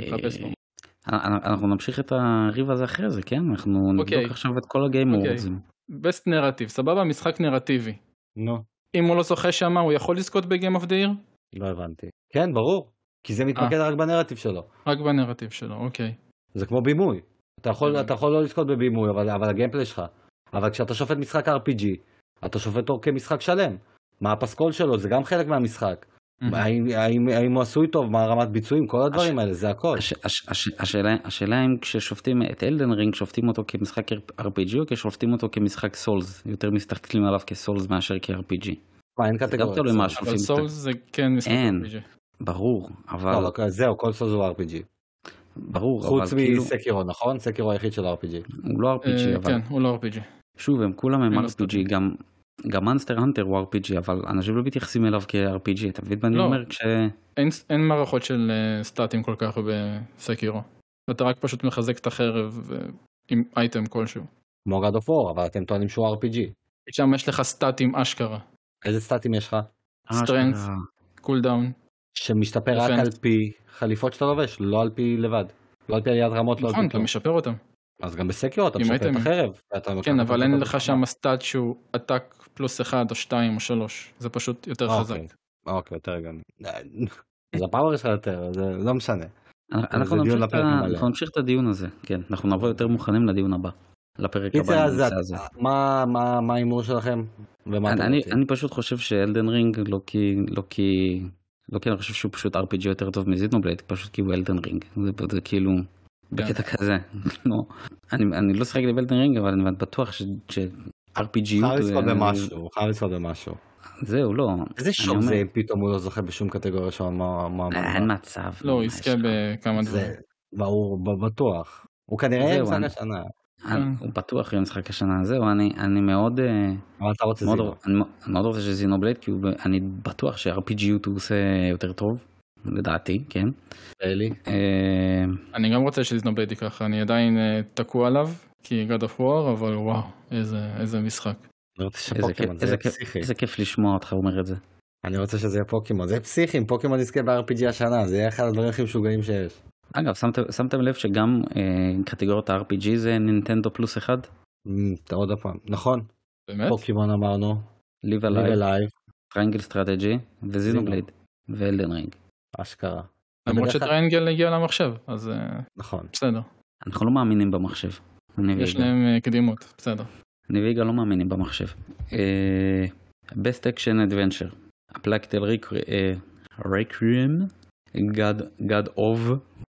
אנחנו נמשיך את הריב הזה אחרי זה, כן? אנחנו נבדוק עכשיו את כל הגיים אוורדסים. בסט נרטיב, סבבה, משחק נרטיבי. נו. אם הוא לא זוכה שמה, הוא יכול לזכות בגיים אוף דה עיר? לא הבנתי. כן, ברור. כי זה מתמקד רק בנרטיב שלו. רק בנרטיב שלו, אוקיי. זה כמו בימוי. אתה יכול לא לזכות בבימוי, אבל הגיימפלי שלך. אבל כשאתה שופט משחק RPG, אתה שופט אותו כמשחק שלם. מה הפסקול שלו? זה גם חלק מהמשחק. האם הוא עשוי טוב, מה רמת ביצועים, כל הדברים האלה, זה הכל. השאלה אם כששופטים את אלדן רינג, שופטים אותו כמשחק RPG או כששופטים אותו כמשחק סולס, יותר מסתכלים עליו כסולס מאשר כ-RPG. אין קטגוריה. אבל סולס זה כן משחק RPG. ברור, אבל... זהו, כל סולס הוא RPG. ברור, אבל חוץ מסקירו, נכון? סקירו היחיד של RPG. הוא לא RPG, אבל... כן, הוא לא RPG. שוב, הם כולם הם RPG, גם מונסטר הנטר הוא RPG, אבל אנשים לא מתייחסים אליו כ-RPG, אתה מבין? אני אומר כש... אין מערכות של סטאטים כל כך בסקירו. אתה רק פשוט מחזק את החרב עם אייטם כלשהו. כמו God of War, אבל אתם טוענים שהוא RPG. שם יש לך סטאטים אשכרה. איזה סטאטים יש לך? סטרנג', קולדאון. שמשתפר רק על פי חליפות שאתה לובש, לא על פי לבד. לא על פי עליית רמות, לא על פי נכון, אתה משפר אותם. אז גם בסקירו אתה משפר את החרב. כן, אבל אין לך שם סטאט שהוא עתק פלוס 1 או 2 או 3. זה פשוט יותר חזק. אוקיי, יותר גני. אז הפאוור שלך יותר, זה לא משנה. אנחנו נמשיך את הדיון הזה, כן. אנחנו נבוא יותר מוכנים לדיון הבא. לפרק הבא. מה ההימור שלכם? ומה אתם רוצים? אני פשוט חושב שאלדן רינג לא כי אני חושב שהוא פשוט RPG יותר טוב מזינובלייד, פשוט כי הוא אלדן רינג. זה כאילו בקטע כזה. אני לא שחק לבלדן רינג, אבל אני בטוח ש-RPG חייב לצפות במשהו. זהו, לא. איזה שוק זה פתאום הוא לא זוכה בשום קטגוריה שם? אין מצב. לא, הוא יזכה בכמה דברים. הוא בטוח. הוא כנראה יהיה משחק השנה. הוא בטוח יהיה משחק השנה. זהו, אני מאוד... אבל אתה רוצה זינו. אני מאוד רוצה שזינובלייד, כי אני בטוח ש-RPG הוא עושה יותר טוב. לדעתי, כן. אלי? אני גם רוצה שזינובלייד ייקח, אני עדיין תקוע עליו, כי God of War, אבל וואו, איזה משחק. איזה כיף לשמוע אותך אומר את זה. אני רוצה שזה יהיה פוקימון, זה פסיכי, פוקימון יזכה ב-RPG השנה, זה יהיה אחד הדברים הכי משוגעים שיש. אגב, שמתם לב שגם קטגוריות ה-RPG זה נינטנדו פלוס אחד? עוד הפעם, נכון. באמת? פוקימון אמרנו. Live Alive. טריינגל סטרטג'י וזינובלייד ואלדן רינג. אשכרה. למרות שטריינגל הגיע למחשב, אז נכון. בסדר. אנחנו לא מאמינים במחשב. יש להם קדימות, בסדר. אני ויגה לא מאמינים במחשב. Best Action Adventure. אפלקטל Requiem. God of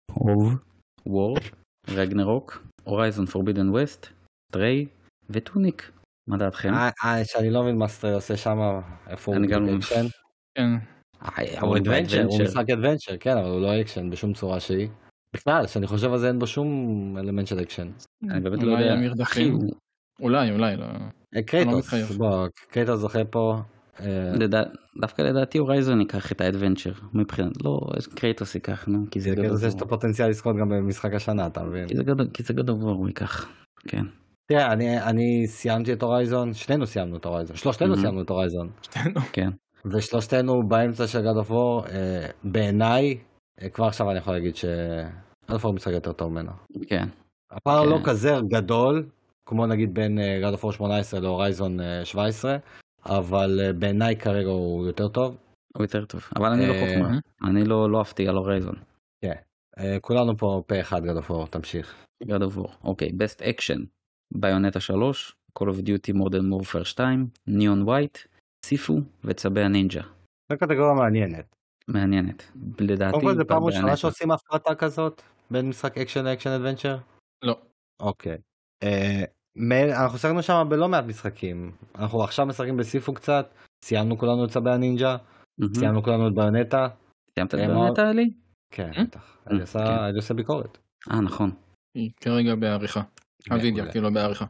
War. רגנרוק. Horizon Forbidden West. Stray. וטוניק. מה דעתכם? שאני לא מבין מה סטריי עושה שם. איפה הוא אקשן? כן. הוא אדוונצ'ר, הוא משחק אדוונצ'ר, כן, אבל הוא לא אקשן בשום צורה שהיא. בכלל, שאני חושב על זה אין בו שום אלמנט של אקשן. אני באמת לא יודע. אולי, לא. קרייטוס, בוא, קרייטוס זוכה פה. דווקא לדעתי הורייזון ייקח את האדוונצ'ר, מבחינת, לא, קרייטוס ייקח, נו, כי זה גדול. זה יש את הפוטנציאל לזכות גם במשחק השנה, אתה מבין? כי זה גדול הוא ייקח, כן. תראה, אני סיימתי את הורייזון, שנינו סיימנו את הורייזון, שלושתנו סיימנו את הורייזון. כן. ושלושתנו באמצע של God of War, בעיניי, כבר עכשיו אני יכול להגיד God of War משחק יותר טוב ממנו. כן. הפער לא כזה גדול, כמו נגיד בין God of War 18 להורייזון 17, אבל בעיניי כרגע הוא יותר טוב. הוא יותר טוב, אבל אני לא חוכמה, אני לא אפתיע על הורייזון. כן, כולנו פה פה אחד God of War, תמשיך. God of War, אוקיי, Best Action, ביונטה 3, Call of Duty Modern Warfare 2, Neon White, סיפו וצבי הנינג'ה. זו קטגוריה מעניינת. מעניינת, לדעתי. קודם כל זה פעם ראשונה שעושים הפרטה כזאת בין משחק אקשן לאקשן אדוונצ'ר? לא. אוקיי. אנחנו שחקנו שם בלא מעט משחקים. אנחנו עכשיו משחקים בסיפו קצת, סיימנו כולנו את צבי הנינג'ה, סיימנו כולנו את ביונטה. סיימת את ביונטה אלי? כן, בטח. אני עושה ביקורת. נכון. היא כרגע בעריכה. הווידאו, כאילו בעריכה.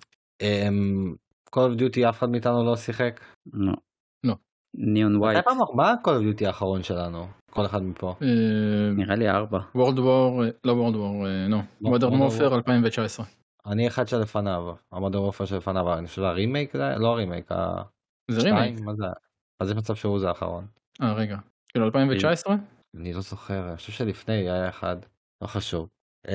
Call of Duty אף אחד מאיתנו לא שיחק? לא. לא. Neon White. מה Call of Duty האחרון שלנו? כל אחד מפה. נראה לי 4. World War, לא World War, no. Modern Warfare 2019. אני אחד שלפניו, המודרן וורפר שלפניו, אני חושב הרימייק זה? לא הרימייק, זה רימייק. אז יש מצב שהוא זה האחרון. רגע, כאילו 2019? אני לא זוכר, אני חושב שלפני היה אחד, לא חשוב.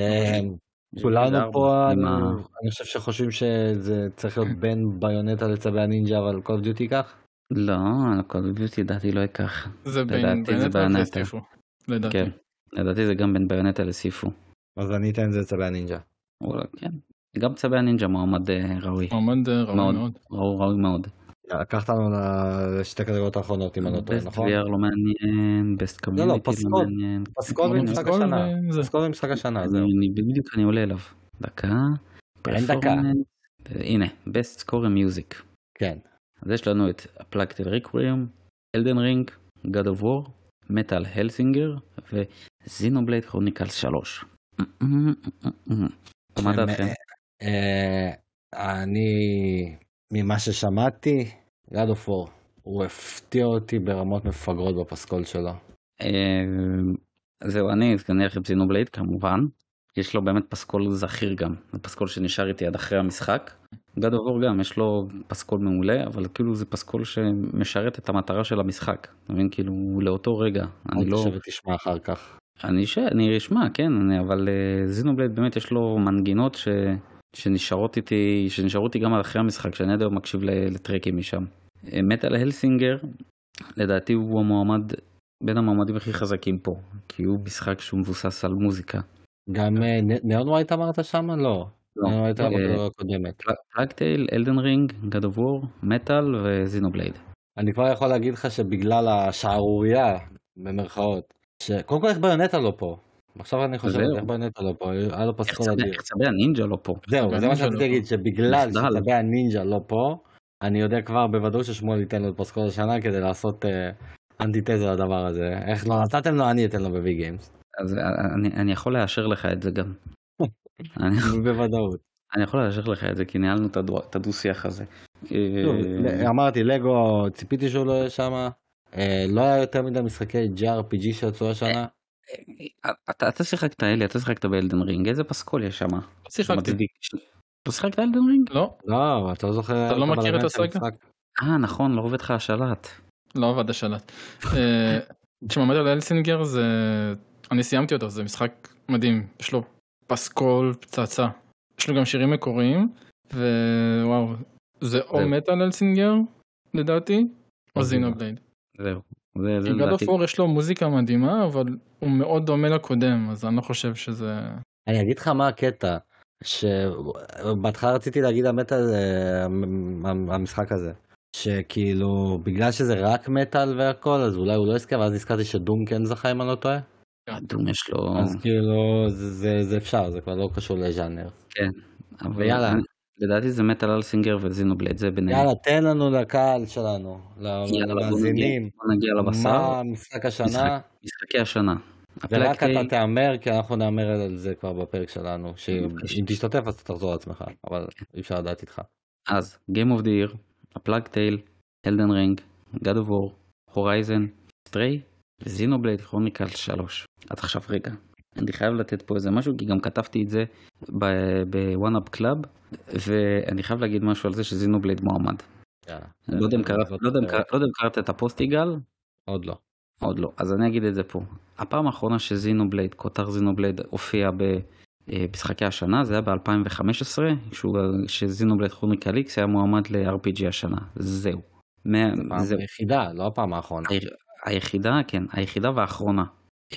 כולנו פה, אני חושב שחושבים שזה צריך להיות בין ביונטה לצבי הנינג'ה, אבל Call of Duty ייקח? לא, Call of Duty לדעתי לא ייקח. זה בין ביונטה לסיפו. כן, לדעתי זה גם בין ביונטה לסיפו. אז אני אתן את זה לצבי הנינג'ה. כן, גם צבי הנינג'ה מועמד ראוי. מועמד ראוי מאוד. ראוי מאוד. לקחת לנו לשתי קטגוריות האחרונות אם אני לא טועה, נכון? בסט VR לא מעניין, בסט קומיוניטי לא מעניין. פסקול במשחק השנה. פסקול במשחק השנה, זהו. בדיוק אני עולה אליו. דקה. אין דקה. הנה, בסט סקור מיוזיק. כן. אז יש לנו את אפלקטל ריקוויום, אלדן רינג, God of War, מטל הלסינגר וזינובלייד כרוניקלס 3. מה דעתכם? אני, ממה ששמעתי, God of War, הוא הפתיע אותי ברמות מפגרות בפסקול שלו. זהו, אני אלך עם זינובלייד כמובן. יש לו באמת פסקול זכיר גם. זה פסקול שנשאר איתי עד אחרי המשחק. God of War גם, יש לו פסקול מעולה, אבל כאילו זה פסקול שמשרת את המטרה של המשחק. אתה מבין, כאילו, לאותו רגע. אני חושב ותשמע אחר כך. אני אשמע, כן, אבל זינובלייד באמת יש לו מנגינות שנשארות איתי גם אחרי המשחק, שאני עד היום מקשיב לטרקים משם. מטל הלסינגר, לדעתי הוא המועמד, בין המועמדים הכי חזקים פה, כי הוא משחק שהוא מבוסס על מוזיקה. גם ניאון ווייט אמרת שם? לא. אני הייתה בקודמת הקודמת. פלאג-טייל, אלדן רינג, גד אוף וור, מטל וזינובלייד. אני כבר יכול להגיד לך שבגלל השערוריה, במרכאות, שקודם כל איך ביונטה לא פה. עכשיו אני חושב איך ביונטה לא פה, היה לו פסקול אדיר. איך צבי הנינג'ה לא פה. זהו, זה מה שאני להגיד, שבגלל שצבי הנינג'ה לא פה, אני יודע כבר בוודאות ששמואל ייתן לו את פסקול השנה כדי לעשות אנטיתזה לדבר הזה. איך לא נתתם לו, אני אתן לו בבי גיימס. אז אני יכול לאשר לך את זה גם. בוודאות. אני יכול לאשר לך את זה, כי ניהלנו את הדו-שיח הזה. אמרתי, לגו, ציפיתי שהוא לא יהיה שם. לא היה יותר מדי משחקי JRPG שיצאו השנה. אתה שיחקת אלי, אתה שיחקת באלדן רינג, איזה פסקול יש שם? שיחקתי. אתה שיחקת אלדן רינג? לא, אתה לא זוכר. אתה לא מכיר את הסגה? נכון, לא עובד לך השלט. לא עובד השלט. תשמע, מטל הלסינגר זה... אני סיימתי אותו, זה משחק מדהים. יש לו פסקול, פצצה. יש לו גם שירים מקוריים, ווואו, זה או מטל הלסינגר, לדעתי, או זינובלייד. זהו. עם גד אוף וור יש לו מוזיקה מדהימה, אבל הוא מאוד דומה לקודם, אז אני לא חושב שזה... אני אגיד לך מה הקטע, שבהתחלה רציתי להגיד המטל, המשחק הזה, שכאילו, בגלל שזה רק מטל והכל, אז אולי הוא לא יזכה, ואז נזכרתי שדום כן זכה אם אני לא טועה. דום יש לו... אז כאילו, זה אפשר, זה כבר לא קשור לז'אנר. כן, אבל יאללה. לדעתי זה מטל הלסינגר וזינובלייד, זה ביניהם. יאללה, תן לנו לקהל שלנו, למאזינים. בוא נגיע לבשר. מה משחק השנה? משחקי השנה. ורק אתה תאמר, כי אנחנו נאמר על זה כבר בפרק שלנו, שאם תשתתף אז תחזור לעצמך, אבל אי אפשר לדעת איתך. אז, Game of the Year, הפלאג-טייל, אלדן רינג, God of War, הורייזן, סטריי, וזינובלייד כרוניקל 3. עד עכשיו רגע. אני חייב לתת פה איזה משהו, כי גם כתבתי את זה ב-One Up Club, ואני חייב להגיד משהו על זה שזינובלייד מועמד. לא יודע אם קראת את הפוסט יגאל? עוד לא. עוד לא, אז אני אגיד את זה פה. הפעם האחרונה שזינובלייד, כותר זינובלייד, הופיע במשחקי השנה, זה היה ב-2015, שזינובלייד כרוניקל X היה מועמד ל-RPG השנה. זהו. זה היחידה, לא הפעם האחרונה. היחידה, כן, היחידה והאחרונה.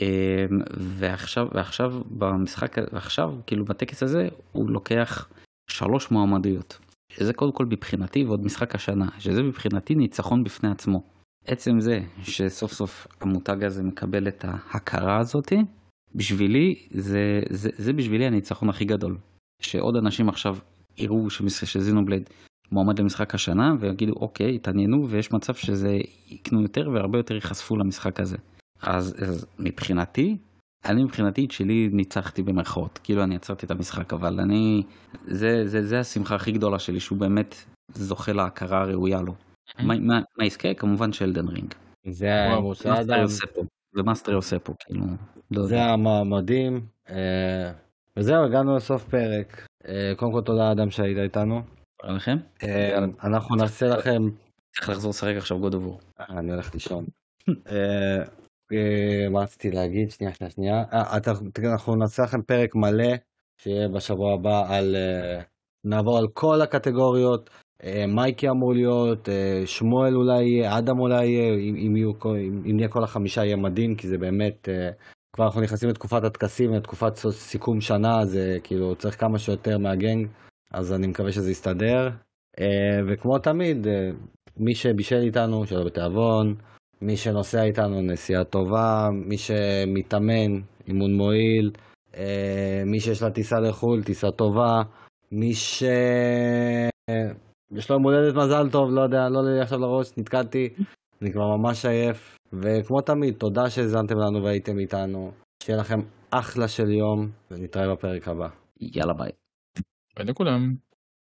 ועכשיו במשחק, ועכשיו, כאילו בטקס הזה, הוא לוקח 3 מועמדויות. שזה קודם כל בבחינתי, ועוד משחק השנה, שזה בבחינתי ניצחון בפני עצמו. עצם זה שסוף סוף המותג הזה מקבל את ההכרה הזאת, בשבילי, זה בשבילי הניצחון הכי גדול. שעוד אנשים עכשיו יראו שזינובלייד מועמד למשחק השנה, ויגידו אוקיי, התעניינו, ויש מצב שזה יקנו יותר והרבה יותר ייחשפו למשחק הזה. אז מבחינתי, מבחינתי את שלי ניצחתי במרכאות, כאילו אני עצרתי את המשחק, אבל זה השמחה הכי גדולה שלי, שהוא באמת זוכה להכרה הראויה לו. מה יזכה? כמובן שאלדן רינג. זה המוסד ומאסטרי עושה פה, כאילו. זה המעמדים, וזהו, הגענו לסוף פרק. קודם כל תודה אדם שהיית איתנו. תודה לכם. אנחנו נעשה לכם... צריך לחזור לשחק עכשיו God of War. אני הולך לישון. מה רציתי להגיד? שנייה. אנחנו נעשה לכם פרק מלא, שיהיה בשבוע הבא נעבור על כל הקטגוריות. מייקי אמור להיות, שמואל אולי יהיה, אדם אולי יהיה, אם נהיה כל 5 יהיה מדהים, כי זה באמת, כבר אנחנו נכנסים לתקופת התקסים, לתקופת סיכום שנה, זה כאילו צריך כמה שיותר מהגנג, אז אני מקווה שזה יסתדר. וכמו תמיד, מי שבישל איתנו, שלא בתיאבון, מי שנוסע איתנו נסיעה טובה, מי שמתאמן, אימון מועיל, מי שיש לה טיסה לחול, טיסה טובה, מי יש לו מולדת מזל טוב, לא יודע, לא לי עכשיו לראש, נתקעתי, אני כבר ממש עייף, וכמו תמיד, תודה שהזנתם לנו והייתם איתנו, שיהיה לכם אחלה של יום, ונתראה בפרק הבא. יאללה ביי. ביי לכולם.